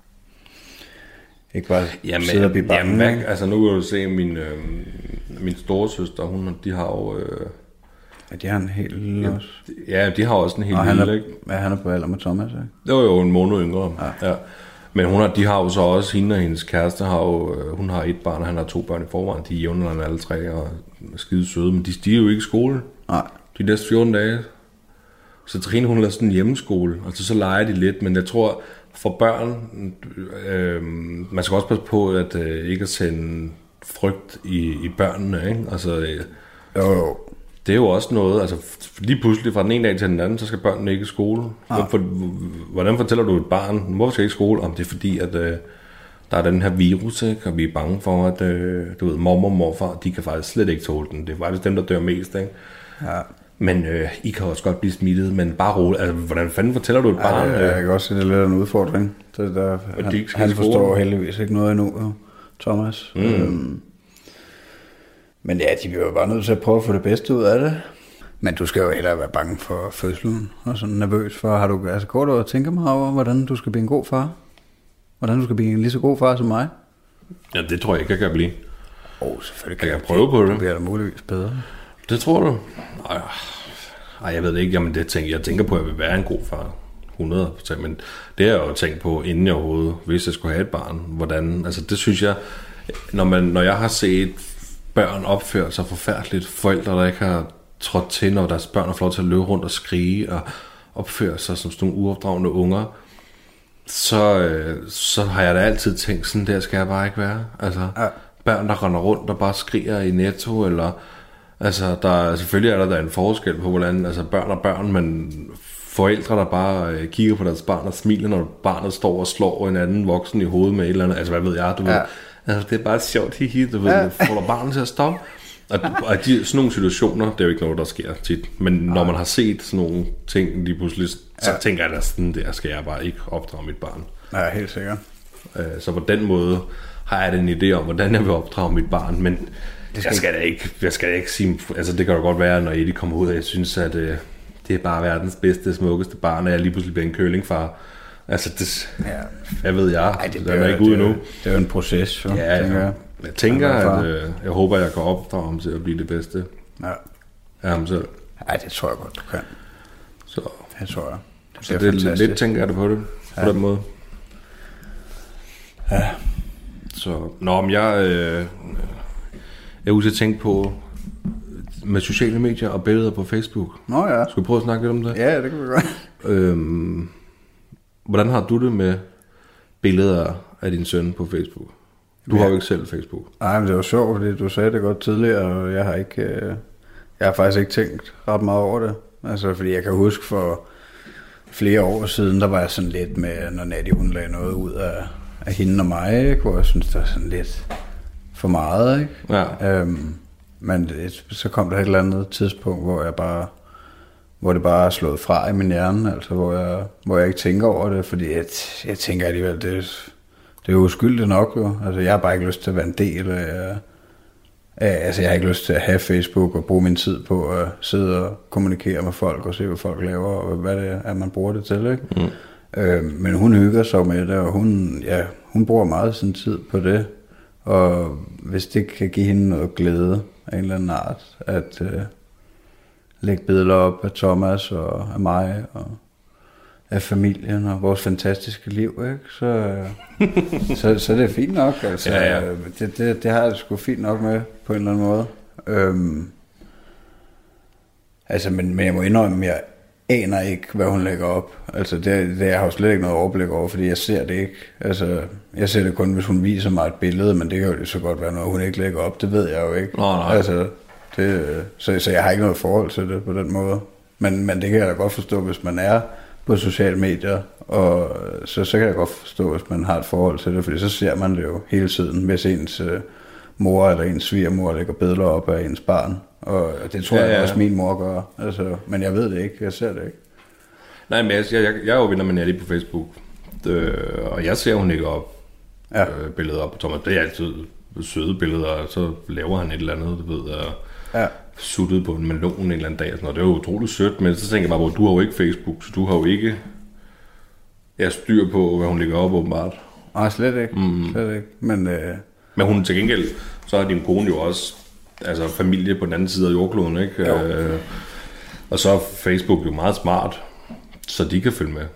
ikke bare jamen, sidde og blive bange. Jamen, hvad, altså nu kan du se min øh, min storesøster, hun de har jo øh, ja, de har en helt lille også. Ja, de har også en helt lille, ikke? Ja, han er på alder med Thomas, ikke? Det var jo en måned yngre. Ja. Ja. Men hun har, de har jo så også, hende og hendes kæreste har jo, hun har et barn, og han har to børn i forvejen. De er jævnaldrende alle tre og er skide søde, men de, de er jo ikke i skole. Nej. De næste fjorten dage. Så Trine, hun laver sådan en hjemmeskole, og så, så leger de lidt, men jeg tror, for børn, øh, man skal også passe på, at øh, ikke at sende frygt i, i børnene, ikke? Altså, øh, Jo, jo. det er jo også noget, altså lige pludselig fra den ene dag til den anden, så skal børnene ikke i skole. Ja. Hvorfor, hvordan fortæller du et barn, hvorfor skal ikke i skole? Om det er fordi, at øh, der er den her virus, ikke? Og vi er bange for, at øh, du ved, mormor og morfar, de kan faktisk slet ikke tåle den. Det er faktisk dem, der dør mest, ikke? Ja. Men øh, I kan også godt blive smittet, men bare roligt. Altså, hvordan fanden fortæller du et barn? Ja, jeg kan også se, det er lidt af en udfordring. Det der, han, de han forstår heldigvis ikke noget endnu, jo, Thomas. Mm. Øhm, men ja, de bliver jo bare nødt til at prøve at få det bedste ud af det. Men du skal jo heller være bange for fødslen, og sådan nervøs for. Har du altså kort at tænke mig over, hvordan du skal blive en god far? Hvordan du skal blive en lige så god far som mig? Ja, det tror jeg ikke, jeg kan blive. Åh, oh, selvfølgelig kan jeg, jeg prøve på det. Det bliver da muligvis bedre. Det tror du? Ej, ej jeg ved det ikke. Jamen, det tænker, jeg tænker på, at jeg vil være en god far. hundrede procent. Men det har jeg jo tænkt på, inden jeg overhovedet, hvis jeg skulle have et barn. Hvordan, altså det synes jeg, når, man, når jeg har set børn opføre sig forfærdeligt, forældre, der ikke har trådt til, når deres børn har fået lov til at løbe rundt og skrige og opføre sig som sådan nogle uopdragende unger, så, øh, så har jeg da altid tænkt, sådan der skal jeg bare ikke være. Altså, ja. Børn, der render rundt og bare skriger i Netto, eller altså, der, selvfølgelig er der, der en forskel på, hvordan altså, børn er børn, men forældre, der bare øh, kigger på deres barn og smiler, når barnet står og slår en anden voksen i hovedet med et eller andet, altså hvad ved jeg, du ja. ved, altså, det er bare sjovt, hihi, du ved, ja. får der barnet til at stoppe. Og, og de, sådan nogle situationer, det er jo ikke noget, der sker tit, men når man har set sådan nogle ting lige pludselig, så ja. tænker jeg da sådan, der skal jeg bare ikke opdrage mit barn. Ja, helt sikkert. Øh, så på den måde har jeg en idé om, hvordan jeg vil opdrage mit barn, men det skal jeg skal da ikke, jeg skal da ikke sige, altså det kan jo godt være, når Eddie kommer ud, og jeg synes, at øh, det er bare verdens bedste, smukkeste barn, og jeg lige pludselig bliver en kølingfar. Altså, det, ja. hvad ved jeg? Ej, det den er ikke ude endnu. Det er jo en proces, jo, ja, tænker jeg. Jeg tænker, at øh, jeg håber, at jeg kan opdrage ham til at blive det bedste ja. af ham selv. Ej, det tror jeg godt, du kan. Så det tror jeg. Det, så det er lidt, tænker jeg det på det, ja. på den måde. Ja. Så, nå, men jeg, øh, jeg er ude til at tænke på med sociale medier og billeder på Facebook. Nå ja. Skal vi prøve at snakke lidt om det? Ja, det kan vi godt. Øhm, hvordan har du det med billeder af din søn på Facebook? Du ja. har jo ikke selv Facebook. Nej, men det var sjovt, fordi du sagde det godt tidligere, og jeg har ikke, øh, jeg har faktisk ikke tænkt ret meget over det. Altså, fordi jeg kan huske for flere år siden, der var jeg sådan lidt med, når Natty hun lagde noget ud af, af hende og mig, ikke? Hvor jeg synes, det var sådan lidt for meget, ikke? Ja. Øhm, men det, så kom der et eller andet tidspunkt, hvor jeg bare, hvor det bare er slået fra i min hjerne, altså hvor jeg, hvor jeg ikke tænker over det, fordi jeg, jeg tænker alligevel, det Det er jo uskyldigt nok, jo. Altså, jeg har bare ikke lyst til at være en del af... Altså, jeg har ikke lyst til at have Facebook og bruge min tid på at sidde og kommunikere med folk og se, hvad folk laver, og hvad det er, man bruger det til, ikke? Mm. Øh, men hun hygger sig med det, og hun, ja, hun bruger meget sin tid på det. Og hvis det kan give hende noget glæde af en eller anden art, at øh, lægge billeder op af Thomas og af mig og af familien og vores fantastiske liv, ikke? Så, så, så det er fint nok. Altså, ja, ja. Det, det, det har jeg sgu fint nok med på en eller anden måde. Øhm, altså, men, men jeg må indrømme, jeg aner ikke, hvad hun lægger op. Altså, det, det jeg har jo slet ikke noget overblik over, fordi jeg ser det ikke. Altså, jeg ser det kun, hvis hun viser mig et billede, men det kan jo så godt være noget, hun ikke lægger op. Det ved jeg jo ikke. Nå, nej. Altså, det, så, så jeg har ikke noget forhold til det på den måde. Men, men det kan jeg da godt forstå, hvis man er på sociale medier, og så, så kan jeg godt forstå, hvis man har et forhold til det, fordi så ser man det jo hele tiden, hvis ens øh, mor eller ens svigermor lægger billeder op af ens barn, og det tror ja, jeg ja. også min mor gør, altså, men jeg ved det ikke, jeg ser det ikke. Nej, men jeg, jeg, jeg er jo venner med Natty på Facebook, øh, og jeg ser, hun lægger op ja. øh, billeder op på Thomas, det er altid søde billeder, og så laver han et eller andet, du ved, og ja. suttet på en melon en eller anden dag, og sådan noget. Det er jo utroligt sødt, men så tænker jeg bare på, du har jo ikke Facebook, så du har jo ikke jeg styr på, hvad hun lægger op åbenbart. Nej, slet ikke. Mm. Slet ikke. Men, øh... men hun til gengæld, så har din kone jo også altså familie på den anden side af jordkloden, ikke? Øh, og så er Facebook jo meget smart, så de kan følge med.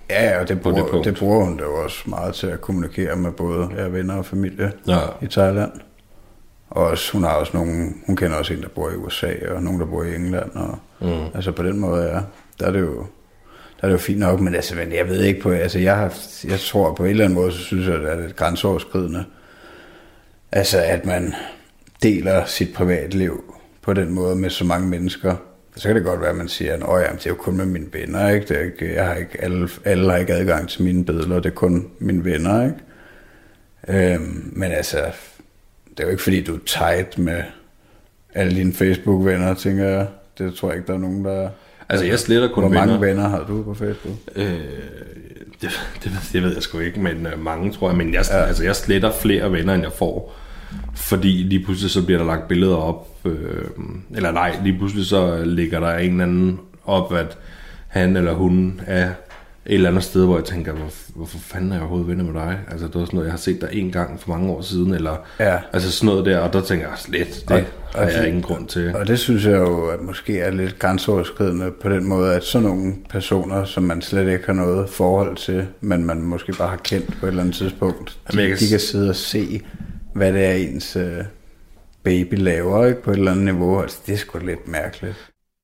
Ja, og det bruger, det, det bruger hun da også meget til at kommunikere med både ja, venner og familie ja. i Thailand. Og også, hun har også nogle, hun kender også en, der bor i U S A, og nogen, der bor i England. Og, mm. Altså på den måde, ja, der er det jo, der er det jo fint nok, men altså, jeg ved ikke på, altså jeg, har, jeg tror på en eller anden måde, så synes jeg, at det er lidt grænseoverskridende. Altså, at man deler sit privatliv på den måde med så mange mennesker. Så kan det godt være, at man siger, at oh, jamen, det er jo kun med mine venner, ikke? Det er ikke, jeg har ikke alle, alle har ikke adgang til mine billeder, det er kun mine venner, ikke? Øhm, men altså, det er jo ikke fordi, du er tight med alle dine Facebook-venner, tænker jeg. Det tror jeg ikke, der er nogen, der... Altså, jeg sletter kun Hvor venner. mange venner har du på Facebook? Øh, det, det, det ved jeg sgu ikke, men uh, mange tror jeg. Men jeg, ja. altså, jeg sletter flere venner, end jeg får. Fordi lige pludselig så bliver der lagt billeder op. Øh, eller nej, lige pludselig så ligger der en eller anden op, at han eller hun er et eller andet sted, hvor jeg tænker, hvor, hvorfor fanden er jeg overhovedet venner med dig? Altså, det var sådan noget, jeg har set dig en gang for mange år siden, eller ja. altså sådan noget der, og der tænker jeg slet, det og, har og jeg det, ingen grund til. Og det synes jeg jo, at måske er lidt grænseoverskridende på den måde, at sådan nogle personer, som man slet ikke har noget forhold til, men man måske bare har kendt på et eller andet tidspunkt, de, kan, de kan sidde og se, hvad det er ens øh, baby laver, ikke, på et eller andet niveau. Altså, det er sgu lidt mærkeligt.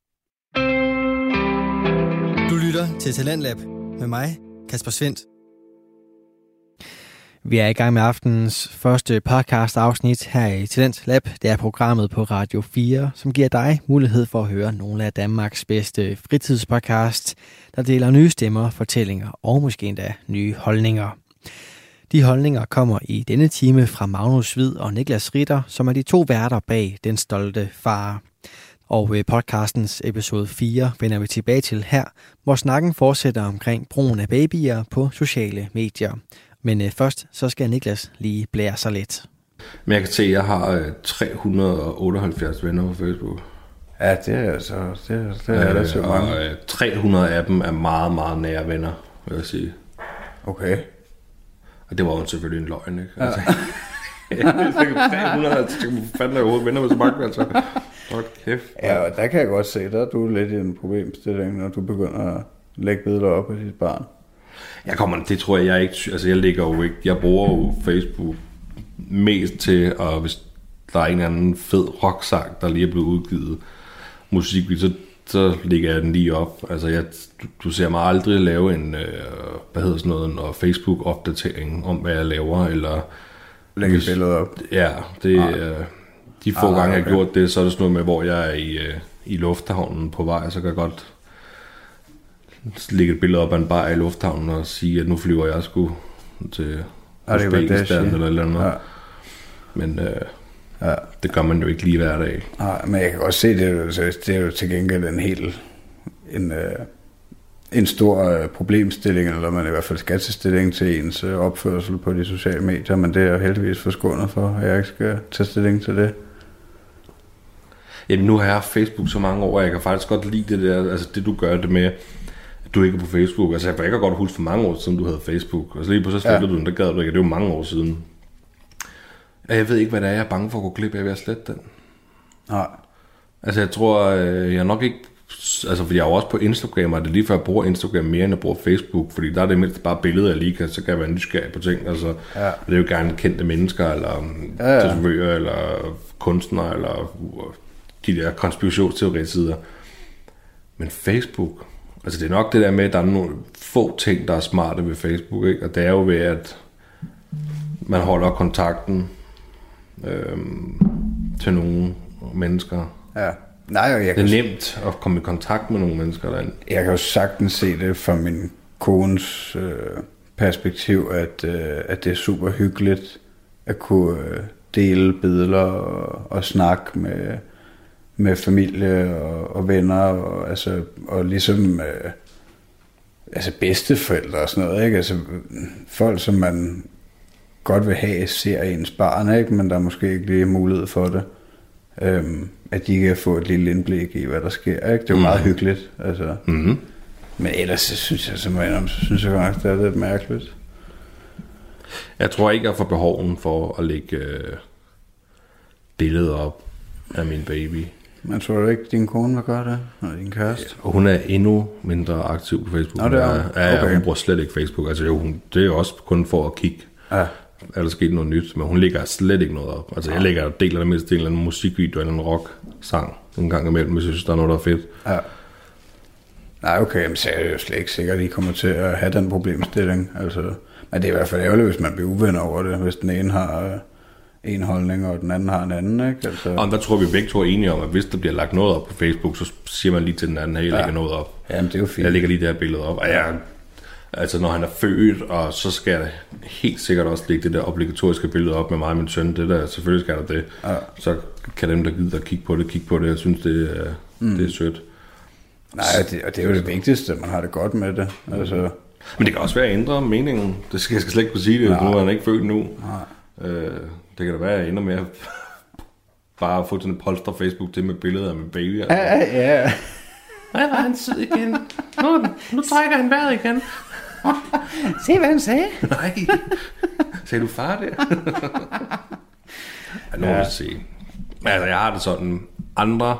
Du lytter til Talentlab med mig, Kasper Svendt. Vi er i gang med aftenens første podcast afsnit her i Talentlab. Det er programmet på Radio fire, som giver dig mulighed for at høre nogle af Danmarks bedste fritidspodcast, der deler nye stemmer, fortællinger og måske endda nye holdninger. De holdninger kommer i denne time fra Magnus Hvid og Niklas Ritter, som er de to værter bag Den Stolte Far. Og ved podcastens episode fire vender vi tilbage til her, hvor snakken fortsætter omkring brugen af babyer på sociale medier. Men øh, først så skal Niklas lige blære sig lidt. Men jeg kan se, at jeg har øh, tre hundrede og otteoghalvfjerds venner på Facebook. Ja, det er altså det er, det er, øh, det er så mange. Og øh, tre hundrede af dem er meget, meget nære venner, vil jeg sige. Okay. Og det var jo selvfølgelig en løgn, ikke? Ja. Altså, tre hundrede, altså, fanden er jeg overhovedet venner med så mange, altså. Hold kæft. Ja, og der kan jeg godt se, der er du lidt i en problemstilling, når du begynder at lægge billeder op af dit barn. Jeg kommer, det tror jeg, jeg ikke, altså jeg ligger jo ikke, jeg bruger jo Facebook mest til, og hvis der er en eller anden fed rocksang, der lige er blevet udgivet musik, så, så lægger jeg den lige op. Altså jeg, du, du ser mig aldrig lave en, øh, hvad hedder sådan noget, en Facebook-opdatering om, hvad jeg laver, eller... Lægge et billede op. Ja, det er... Øh, de få ah, gange, jeg har gjort det, så er det sådan noget med, hvor jeg er i, øh, i lufthavnen på vej, så kan jeg godt lægge et billede op af en bar i lufthavnen og sige, at nu flyver jeg sgu til Uzbekistan eller et eller andet. Ja. Men øh, ja. det gør man jo ikke lige hver dag. Nej, men jeg kan også se, det er, det er jo til gengæld en helt en, øh, en stor øh, problemstilling, eller man i hvert fald skal til stilling til ens øh, opførsel på de sociale medier, men det er jo heldigvis forskånet for, at jeg ikke skal tage stilling til det. Jamen nu har jeg Facebook så mange år, og jeg kan faktisk godt lide det der, altså det du gør det med, at du ikke er på Facebook. Altså jeg kan godt huske for mange år siden, du havde Facebook, og så lige på så slettede ja. du den, der gad du ikke, det er jo mange år siden. Jeg ved ikke, hvad det er, jeg er bange for at gå glip af ved at slette den. Nej. Altså jeg tror, jeg er nok ikke, altså fordi jeg er jo også på Instagram, og det er lige før jeg bruger Instagram mere, end jeg bruger Facebook, fordi der er det mindst bare billeder, jeg lige kan, så kan jeg være nysgerrig på ting, altså ja. det er jo gerne kendte mennesker, eller ja, ja. tatovører, eller kunstnere, eller de der konspirationsteori-sider. Men Facebook, altså det er nok det der med, at der er nogle få ting, der er smarte ved Facebook, ikke? Og det er jo ved, at man holder kontakten øhm, til nogle mennesker. Ja. Nej, jeg det er kan nemt at komme i kontakt med nogle mennesker derinde. Jeg kan jo sagtens se det fra min kones øh, perspektiv, at, øh, at det er super hyggeligt at kunne øh, dele billeder og, og snakke med, med familie og, og venner og, altså, og ligesom øh, altså bedsteforældre og sådan noget, ikke? Altså folk, som man godt vil have, ser ens barn, ikke? Men der er måske ikke lige mulighed for det. Øhm, at de kan få et lille indblik i, hvad der sker, ikke? Det er jo mm. meget hyggeligt, altså. Mm-hmm. Men ellers så synes jeg simpelthen, så synes jeg faktisk, det er lidt mærkeligt. Jeg tror ikke, jeg får behoven for at lægge øh, billeder op af min baby. Men tror du ikke, din kone vil gøre det? Eller din kæreste? Og hun er endnu mindre aktiv på Facebook. Nå, det er ja, okay. Hun bruger slet ikke Facebook. Altså, jo, hun, det er jo også kun for at kigge. Ja. Er der sket noget nyt, men hun lægger slet ikke noget op. Altså, jeg lægger del af det mindste en eller anden musikvideo eller en rock-sang en gang imellem, hvis jeg synes, der er noget, der er fedt. Ja. Nej, okay, men så er det jo slet ikke sikkert, at I kommer til at have den problemstilling. Altså, men det er i hvert fald ærgerligt, hvis man bliver uvenner over det, hvis den ene har en holdning, og den anden har en anden, ikke? Altså... Og der tror vi begge to er enige om, at hvis der bliver lagt noget op på Facebook, så siger man lige til den anden, at jeg lægger ja. noget op. Jamen, det er jo fint. Jeg lægger lige det her billede op, og jeg... Altså, når han er født, og så skal jeg helt sikkert også lægge det der obligatoriske billede op med mig og min søn. Det der, selvfølgelig skal der det. Ja. Så kan dem, der gider kigge på det, kigge på det. Jeg synes, det er, mm. det er sødt. Nej, det, og det er jo det vigtigste, man har det godt med det. Altså. Men det kan også være at ændre meningen. Det skal, jeg skal slet ikke kunne sige det, nu er han ikke født nu. Øh, det kan da være, at jeg ender med at bare få sådan en polster Facebook til med billeder af min baby. Altså. Ja, ja. Nej, var han sød igen. Nu, nu trækker han vejret igen. Se, hvad han sagde. Nej. Sagde du far der? Ja, nu må vi se. Altså, jeg har det sådan, andre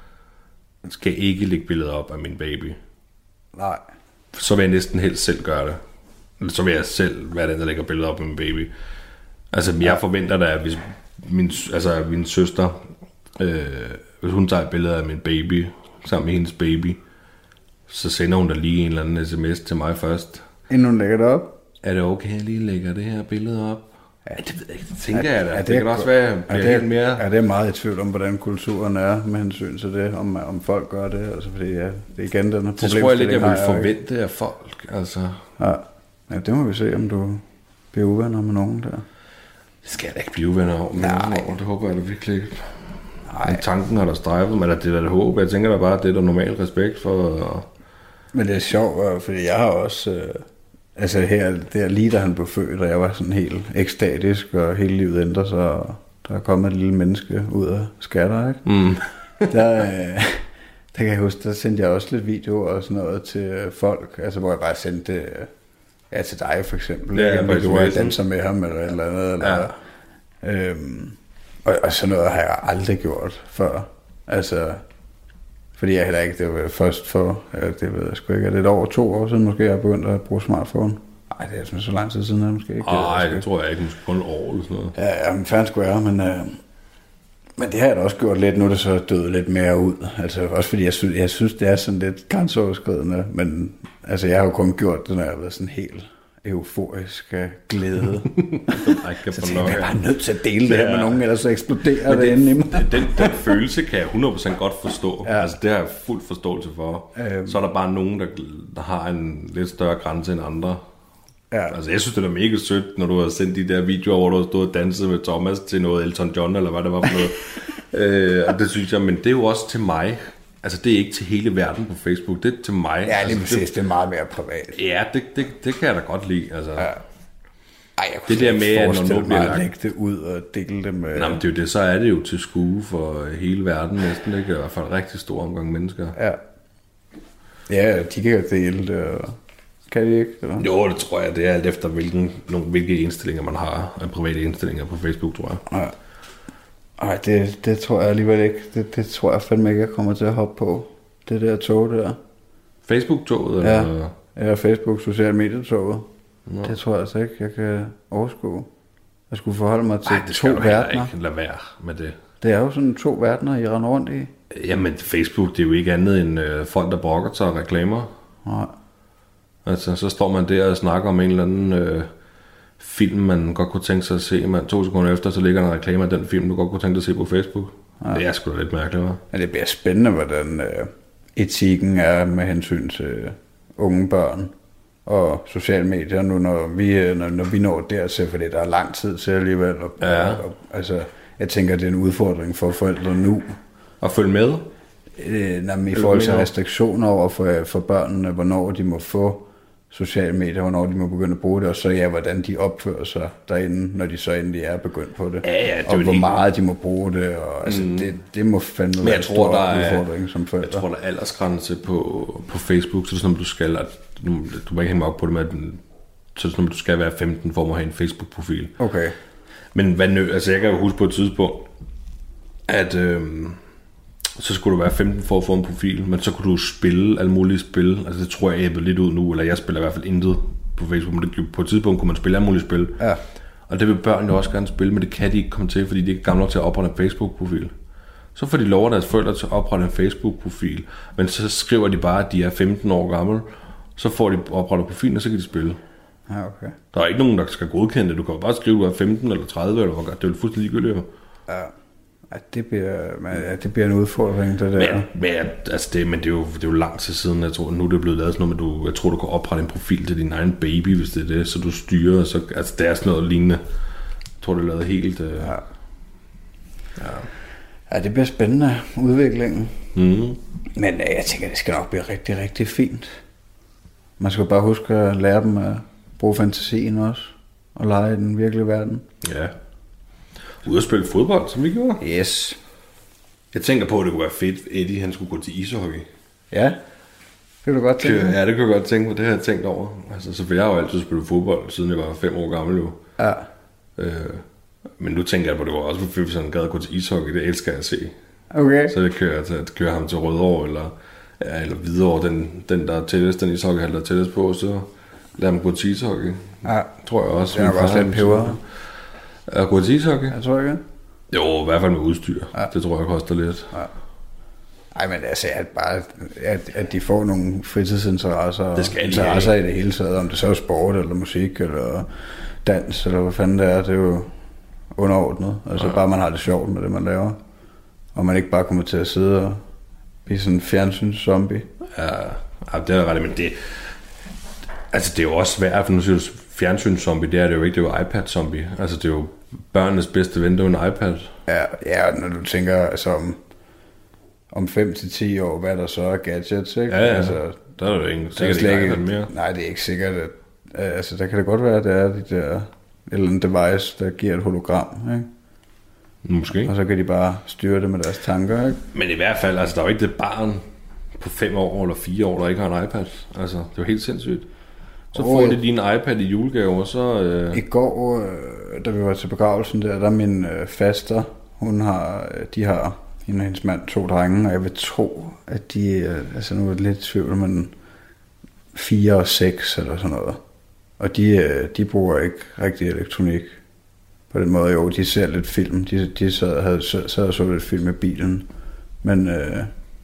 skal ikke lægge billeder op af min baby. Nej. Så vil jeg næsten helst selv gøre det. Så vil jeg selv være den, der lægger billeder op af min baby. Altså, jeg forventer da, at hvis min, altså, min søster, øh, hvis hun tager et billede af min baby, sammen med hendes baby, så sender hun da lige en eller anden sms til mig først. Inden hun lægger det op? Er det okay, at jeg lige lægger det her billede op? Ja, det ved jeg ikke. Det tænker er, jeg da. Det, det kan også være, at jeg bliver helt mere... Er det meget i tvivl om, hvordan kulturen er med hensyn til det, om, om folk gør det? Altså, fordi ja, det er igen den her problemstilling. Det tror jeg lidt, jeg vil forvente af folk. Altså. Ja. Ja, det må vi se, om du bliver uvenner med nogen der. Det skal jeg da ikke blive uvenner med nogen over. Det håber jeg da virkelig ikke. Nej. Tanken har der strejfet, men det er da håb. Jeg tænker da bare, at det er der normal respekt for... Men det er sjovt, fordi jeg har også... Øh, altså her, der lige da han blev født, og jeg var sådan helt ekstatisk, og hele livet ændrede sig, og der er kommet et lille menneske ud af skatter, ikke? Mm. der, øh, der kan jeg huske, der sendte jeg også lidt videoer og sådan noget til folk, altså hvor jeg bare sendte det ja, til dig for eksempel, ja, ikke? Du var danser med ham, eller et eller andet, eller... Ja. Øhm, og, og sådan noget har jeg aldrig gjort før, altså... Fordi jeg heller ikke, det var først for, ja, det ved jeg sgu ikke, er det et år, to år siden måske, jeg er begyndt at bruge smartphone. Nej, det er sådan så lang tid siden, er det måske ikke. Nej, det, det tror jeg ikke, måske kun et år eller sådan noget. Ja, ja, men fanden skulle jeg, men, øh, men det har jeg da også gjort lidt, nu er det så døde lidt mere ud. Altså også fordi jeg synes, jeg synes det er sådan lidt grænseoverskridende, men altså jeg har jo kun gjort det, når jeg har været sådan helt euforisk glæde. Så tænker jeg, jeg er bare nødt til at dele det her med nogen, ellers så eksploderer det, det inde i mig. Den, den følelse kan jeg hundrede procent godt forstå. Ja. Altså det har jeg fuld forståelse for. Øhm. Så er der bare nogen, der, der har en lidt større grænse end andre. Ja. Altså jeg synes, det er mega sødt, når du har sendt de der videoer, hvor du har stået og danset med Thomas til noget Elton John, eller hvad det var for noget. øh, og det synes jeg, men det er jo også til mig. Altså, det er ikke til hele verden på Facebook, det er til mig. Ja, lige altså, præcis, det, det er meget mere privat. Ja, det, det, det kan jeg da godt lide. Altså, ja. Ej, jeg kunne det der med, at når nu bliver lagt... lægge det ud og dele det med... Nej, men det er jo det, så er det jo til skue for hele verden næsten, ikke? I hvert fald en rigtig stor omgang mennesker. Ja. Ja, de kan jo dele det, og... Kan de ikke? Eller? Jo, det tror jeg, det er alt efter, hvilken, nogle, hvilke indstillinger man har, af private indstillinger på Facebook, tror jeg. Ja. Nej, det, det tror jeg alligevel ikke. Det, det tror jeg fandme ikke, jeg kommer til at hoppe på. Det der tog der. Facebook-toget? Ja, eller? Ja, Facebook, social medietoget. Ja. Det tror jeg altså ikke, jeg kan overskue. Jeg skulle forholde mig til Ej, det to verdener. Ikke lade være med det. Det er jo sådan to verdener, I render rundt i. Jamen, Facebook, det er jo ikke andet end øh, folk, der brokker sig og reklamer. Nej. Altså, så står man der og snakker om en eller anden... Øh, film, man godt kunne tænke sig at se, man to sekunder efter, så ligger der en reklame af den film, du godt kunne tænke dig at se på Facebook. Ja. Det er sgu da lidt mærkeligt, hva'? Ja, det bliver spændende, hvordan øh, etikken er med hensyn til øh, unge børn og sociale medier, nu når vi, når, når vi når dertil, fordi der er lang tid til alligevel. Og, ja. og, og, altså, jeg tænker, det er en udfordring for forældre nu. At følge med? Øh, når, I forhold til restriktioner over for, for børnene, hvornår de må få sociale medier, hvornår de må begynde at bruge det, og så ja, hvordan de opfører sig derinde, når de så endelig er begyndt på det. Ja, ja, det og hvor helt... meget de må bruge det, og altså, mm. det, det må fandme være en stor udfordring som forældre. Jeg tror, der er aldersgrænse på, på Facebook, så det er sådan, du skal, at, du, du må ikke hænge mig op på det med, at så sådan, du skal være femten for at have en Facebook-profil. Okay. Men hvad nø, altså jeg kan jo huske på et tidspunkt, at, øhm, så skulle du være femten for at få en profil, men så kunne du spille alle mulige spil. Altså det tror jeg æbbet lidt ud nu, eller jeg spiller i hvert fald intet på Facebook, men det, på et tidspunkt kunne man spille alle mulige spil. Ja. Og det vil børn jo også gerne spille, men det kan de ikke komme til, fordi de er ikke gamle nok til at oprette en Facebook-profil. Så får de lov af deres forældre til at oprette en Facebook-profil, men så skriver de bare, at de er femten år gamle, så får de oprettet profilen, og så kan de spille. Ja, okay. Der er ikke nogen, der skal godkende det. Du kan jo bare skrive, at du er femten eller tredive, eller hvad. Det er jo fuldstændig ligegyldigt. Ja. Ja, det bliver, ja, det bliver en udfordring, det der. Men, men, altså det, men det, er jo, det er jo lang tid siden, jeg tror, nu er det blevet lavet sådan noget, men du, jeg tror, du kan oprette en profil til din egen baby, hvis det er det, så du styrer, så, altså det er sådan noget lignende. Jeg tror, det er lavet helt... Øh, ja. Ja. Ja, det bliver spændende, udviklingen. Mm. Men øh, jeg tænker, det skal nok blive rigtig, rigtig fint. Man skal bare huske at lære dem at bruge fantasien også, og lege i den virkelige verden. Ja. Ude at spille fodbold, som vi gjorde. Yes. Jeg tænker på, at det kunne være fedt, Eddie han skulle gå til ishockey. Ja, det kan du godt tænke. Ja, det kan jeg godt tænke på, det har jeg tænkt over. Altså, så for jeg har jo altid spillet fodbold, siden jeg var fem år gammel jo. Ja. Øh, men nu tænker jeg på, at det var også fedt, hvis han gad at gå til ishockey, det elsker jeg at se. Okay. Så det kører jeg til at køre ham til Rødovre, eller, ja, eller Hvidovre, den, den der er tættest, den ishockeyhal, der er tættest på, så lad ham gå til ishockey. Ja. Tror jeg også. Det er nok også lidt peber. At gå til ishockey? Jeg tror ikke. Jo, i hvert fald med udstyr. Ja. Det tror jeg koster lidt. Ja. Ej, men altså, at, bare, at, at de får nogle fritidsinteresser, det skal interesser i det hele taget, om det så er sport, eller musik, eller dans, eller hvad fanden det er, det er jo underordnet. Altså ja. Bare man har det sjovt med det, man laver. Og man ikke bare kommer til at sidde og blive sådan en fjernsynszombie. Ja, det er ret, men det... Altså, det er jo også svært, for nu siger du fjernsynszombie, det er det jo ikke, det er jo iPad-zombie. Altså, det er jo børnenes bedste ven, det er jo en iPad. Ja, ja, når du tænker, altså om, om fem til ti år, hvad der så er gadgets, ikke? Ja, ja. Altså, der er jo ikke sikkert ikke iPad mere. Nej, det er ikke sikkert, at... Altså, der kan det godt være, at det er de der... Et eller andet device, der giver et hologram, ikke? Måske. Og så kan de bare styre det med deres tanker, ikke? Men i hvert fald, altså, der er jo ikke det barn på fem år eller fire år, der ikke har en iPad. Altså, det er jo helt sindssygt. Så får oh, de din iPad i julegave, og så... Øh... I går, øh, da vi var til begravelsen der, der er min øh, faster, hun har, de har, hende og hendes mand, to drenge, og jeg vil tro, at de, øh, altså nu er det lidt tvivl, men fire og seks eller sådan noget. Og de, øh, de bruger ikke rigtig elektronik på den måde. Jo, de ser lidt film, de, de sad, havde, sad og så lidt film i bilen, men, øh,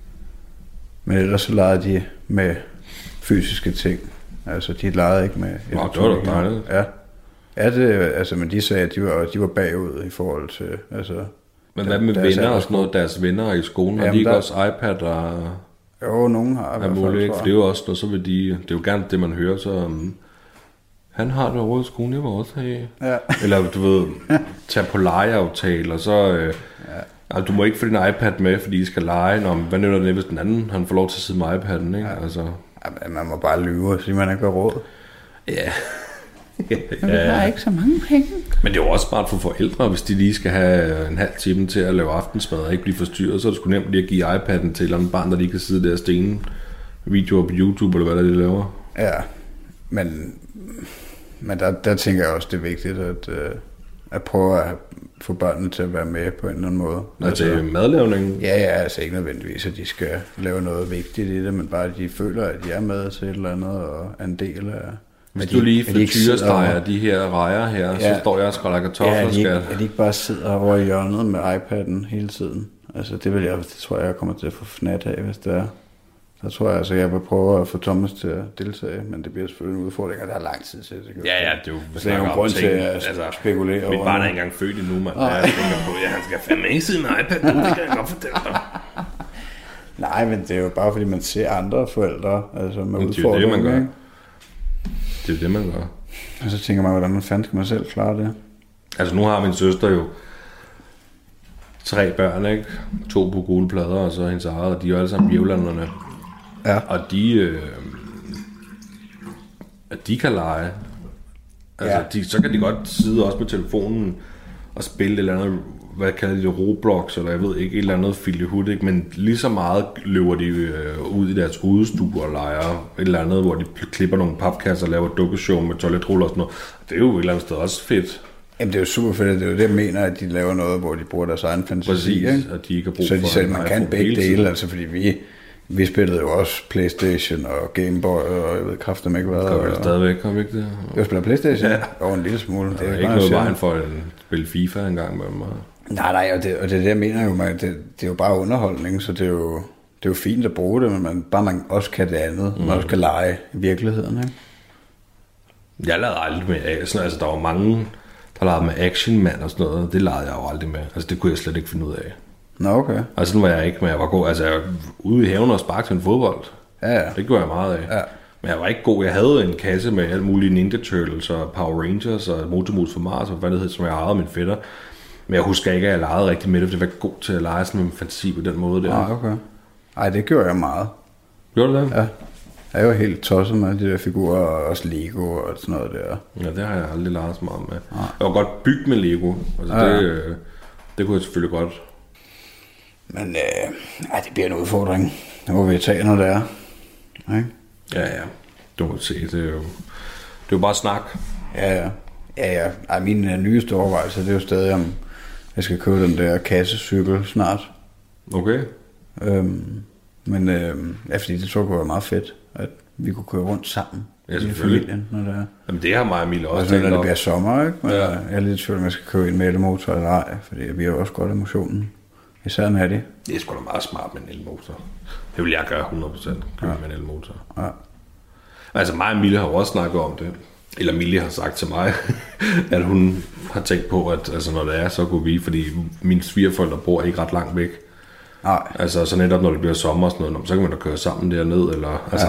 men ellers så legede de med fysiske ting. Altså, de legede ikke med... Nå, det var da dejligt. Ja. Ja, det, altså, men de sagde, at de var, de var bagud i forhold til... Altså, men hvad med venner og sådan noget? Deres venner i skolen, har de ikke der... også iPad og... Jo, nogen har i hvert fald, ikke, for det er jo også noget, så vil de... Det er jo gerne det, man hører, så... Um, han har det over i skolen, jeg var også have... Ja. Eller, du ved, tage på legeaftale, og så... Øh, ja. Altså, du må ikke få din iPad med, fordi I skal lege. Nå, hvad nytter det, hvis den anden han får lov til at sidde med iPad'en, ikke? Ja. Altså... Ja, man må bare lyve og sige, at man ikke har råd. Ja. ja. Men vi har ikke så mange penge. Men det er jo også smart for forældre, hvis de lige skal have en halv time til at lave aftensmad og ikke blive forstyrret, så er det sgu nemt lige at give iPad'en til et eller andet barn, der lige kan sidde der og stene videoer på YouTube, eller hvad der de laver. Ja, men, men der, der tænker jeg også, det er vigtigt at, at prøve at få børnene til at være med på en eller anden måde. Altså, altså madlavningen? Ja, ja, altså ikke nødvendigvis, at de skal lave noget vigtigt i det, men bare at de føler, at de er med til et eller andet og er en del af... Hvis du lige frityresteger de her rejer her, ja, så står jeg og skræller kartofler. Ja, at de, ikke, at de ikke bare sidder over i hjørnet med iPad'en hele tiden. Altså det vil jeg, det tror jeg, jeg kommer til at få fnat af, hvis det er. Så tror jeg, altså, jeg vil prøve at få Thomas til at deltage, men det bliver selvfølgelig en udfordring, og der er lang tid til. Det ja, ja, det er jo... Så det er jo en grund til at altså, spekulere over. Mit barn er ikke engang født endnu, mand. Jeg tænker på, at han skal fandme ikke sidde med iPad, det kan jeg godt fortælle dig. Nej, men det er jo bare, fordi man ser andre forældre, altså med men udfordringer. Det er det, man gør. Det er det, man gør. Og så tænker man, hvordan fanden skal man selv klare det? Altså, nu har min søster jo tre børn, ikke? To på gule plader, og så hendes eget, og de er jo alle sammen jævlanderne. Ja. Og de, øh, de kan lege. Altså, ja. de, så kan de godt sidde også på telefonen og spille et eller andet, hvad kalder de det, Roblox, eller jeg ved ikke, et eller andet filihut, ikke? Men lige så meget løber de øh, ud i deres udestue og leger et eller andet, hvor de klipper nogle papkasser og laver dukkeshow med toiletruller og sådan noget. Det er jo et eller andet sted også fedt. Jamen det er jo super fedt, det er jo det, jeg mener, at de laver noget, hvor de bruger deres egen fantasi. Præcis, ikke? at de ikke har brug så de for selv, man kan begge dele, altså fordi vi, vi spillede jo også PlayStation og Game Boy, og jeg ved kraftigt ikke hvad. Kan vi stadigvæk, kan vi ikke det? Jeg spiller PlayStation? Ja. Over en lille smule. Det er, det er ikke noget vejen for at spille FIFA en gang med mig. Nej, nej, og det, og det er det, jeg mener jo, man, det, det er jo bare underholdning, så det er jo, det er jo fint at bruge det, men man, bare man også kan det andet, mm. man også kan lege i virkeligheden, ikke? Jeg lavede aldrig med action, altså der var mange, der lavede med action mand og sådan noget, det lavede jeg jo aldrig med, altså det kunne jeg slet ikke finde ud af. Nå, okay. Altså sådan var jeg ikke, men jeg var god, altså jeg var ude i haven og sparke til en fodbold, ja, ja. Det gjorde jeg meget af. Ja. Men jeg var ikke god, jeg havde en kasse med alle mulige Ninja Turtles og Power Rangers og Motormus for Mars og hvad det hed, som jeg ejede min fætter. Men jeg husker ikke, at jeg legede rigtig med det, for det var god til at lege sådan med fantasi på den måde der. Ah, okay. Ej, det gjorde jeg meget. Gjorde du det? Ja. Jeg var helt tosset med de der figurer, og også Lego og sådan noget der. Ja, det har jeg aldrig leget så meget med. Ah. Jeg var godt bygget med Lego. Altså, ja. det, øh, det kunne jeg selvfølgelig godt. Men øh, ej, det bliver en udfordring. Det må vi tage, når det er. Okay? Ja, ja. Du må se, det er jo, det er jo bare snak. Ja, ja. Ja, ja. Ej, min uh, nyeste overvejelse, det er jo stadig, om jeg skal købe den der kassecykel snart. Okay. Øhm, men øh, ja, fordi det tror jeg kunne være meget fedt, at vi kunne køre rundt sammen. Ja, i familien, når det er. Jamen det har mig og Mille også. Og så når det bliver sommer, ikke? Men ja. Jeg er lidt i tvivl, om jeg skal købe en med elmotor eller ej, fordi vi har også godt af motionen. Især med det. Det er sgu da meget smart med en elmotor. Det vil jeg gøre hundrede procent. Købe ja. med en elmotor. Ja. Altså mig og Mille har jo også snakket om det. Eller Mille har sagt til mig, at hun har tænkt på, at altså, når det er, så kunne vi, fordi mine svigerforældre bor ikke ret langt væk. Nej. Altså så netop når det bliver sommer og sådan noget, så kan man da køre sammen derned, eller altså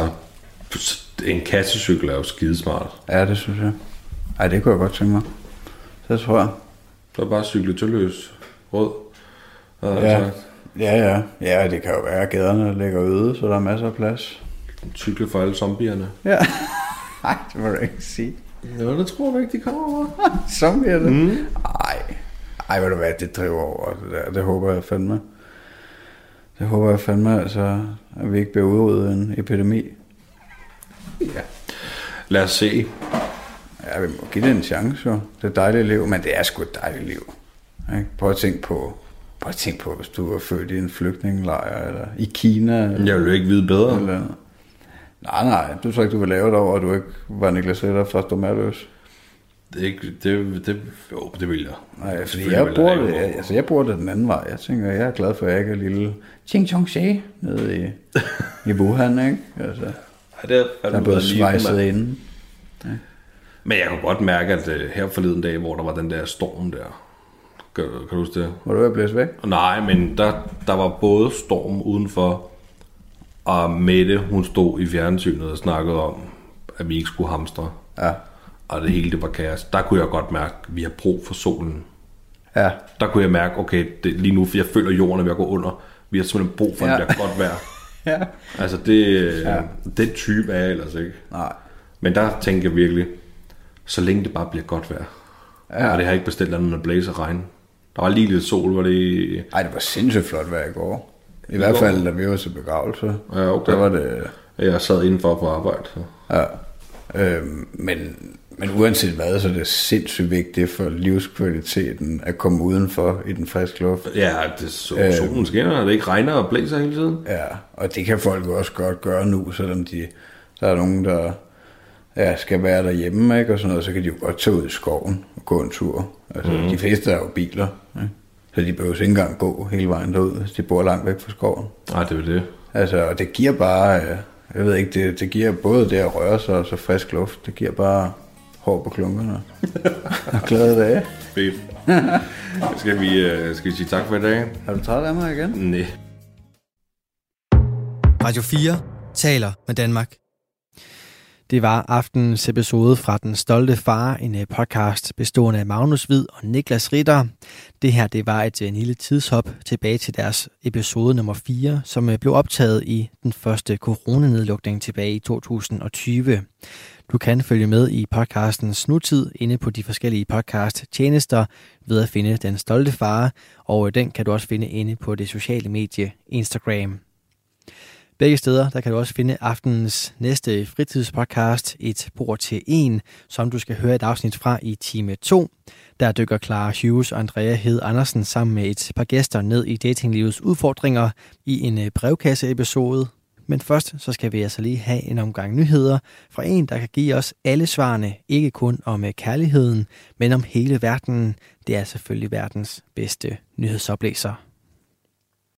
ja. En kassecykel er jo skidesmart. Ja, det synes jeg. Ej, det kunne jeg godt tænke mig. Det tror jeg. Så er bare cykle tølløs rød. Ja. ja, ja. Ja, det kan jo være, at gaderne ligger øde, så der er masser af plads. Cykle for alle zombierne. Ja. Nej, det må du ikke sige. Ja, det tror jeg ikke, de kommer over. Zombierne? Mm. Ej. Ej, ved du hvad, det driver over det der. Det håber jeg fandme. Det håber jeg fandme, altså, at vi ikke bliver udryddet af en epidemi. Ja. Lad os se. Ja, vi må give det en chance, jo. Det er et dejligt liv, men det er sgu et dejligt liv. Ikke? Prøv at tænke på, prøv at tænke på, hvis du var født i en flygtningelejr, eller i Kina. Eller, jeg vil jo ikke vide bedre. Eller, nej, nej, du tror ikke, du vil lave det over, og du ikke var Niklas Ritter fra Stormærløs. Det, ikke, det, det, jo, det vil jeg. Nej, fordi jeg bruger det, jeg, altså jeg bruger det den anden vej. Jeg tænker, jeg er glad for, at jeg ikke er lille Ching Chong She nede i, i Wuhan, ikke? Altså, ja, det er, der er både svejset inde. Ja. Men jeg kunne godt mærke, at uh, her forleden dag, hvor der var den der storm der, kan, kan du huske det? Var du ved at blæse væk? Nej, men der, der var både storm udenfor, og Mette, hun stod i fjernsynet og snakkede om, at vi ikke skulle hamstre. Ja. Og det hele, det var kaos. Der kunne jeg godt mærke, at vi har brug for solen. Ja. Der kunne jeg mærke, okay, det, lige nu, for jeg føler, at jorden er ved at gå under. Vi har simpelthen brug for, at ja. Det bliver godt vejr. Ja. Altså, det, ja. Den type er jeg ellers ikke. Nej. Men der tænker jeg virkelig, så længe det bare bliver godt vejr. Ja. Og det har ikke bestilt andet end at blæse og regne. Der var lige lidt sol, var det... Ej, det var sindssygt flot vejr i går. I, I hvert fald, går. Da vi var til begravelse. Ja, okay. Der var det... Jeg sad indenfor på arbejde. Så. Ja. Øhm, men, men uanset hvad, så er det sindssygt vigtigt for livskvaliteten at komme udenfor i den friske luft. Ja, det så, øhm, solen skinner, og det ikke regner og blæser hele tiden. Ja, og det kan folk også godt gøre nu, selvom de, der er nogen, der ja, skal være derhjemme, ikke, og sådan noget, så kan de jo godt tage ud i skoven og gå en tur. Altså, mm. de fleste er jo biler, ikke? Så de behøver ikke engang gå hele vejen derud, hvis de bor langt væk fra skoven. Nej, det er det. Altså, og det giver bare... Jeg ved ikke, det, det giver både det at røre sig og så frisk luft. Det giver bare hår på klunkerne. Og glade dage. Fedt. Skal vi, skal vi sige tak for i dag? Har du træt af mig igen? Nej. Radio fire taler med Danmark. Det var aftenens episode fra Den Stolte Far, en podcast bestående af Magnus Hvid og Niklas Ritter. Det her det var et en lille tidshop tilbage til deres episode nummer fire, som blev optaget i den første coronanedlukning tilbage i to tusind og tyve. Du kan følge med i podcastens nutid inde på de forskellige podcast-tjenester ved at finde Den Stolte Far, og den kan du også finde inde på det sociale medie Instagram. Begge steder, der kan du også finde aftenens næste fritidspodcast, Et bord til en, som du skal høre et afsnit fra i time to. Der dykker Clara Hughes og Andrea Hed Andersen sammen med et par gæster ned i datinglivets udfordringer i en brevkasseepisode. Men først så skal vi altså lige have en omgang nyheder fra en, der kan give os alle svarene, ikke kun om kærligheden, men om hele verden. Det er selvfølgelig verdens bedste nyhedsoplæser.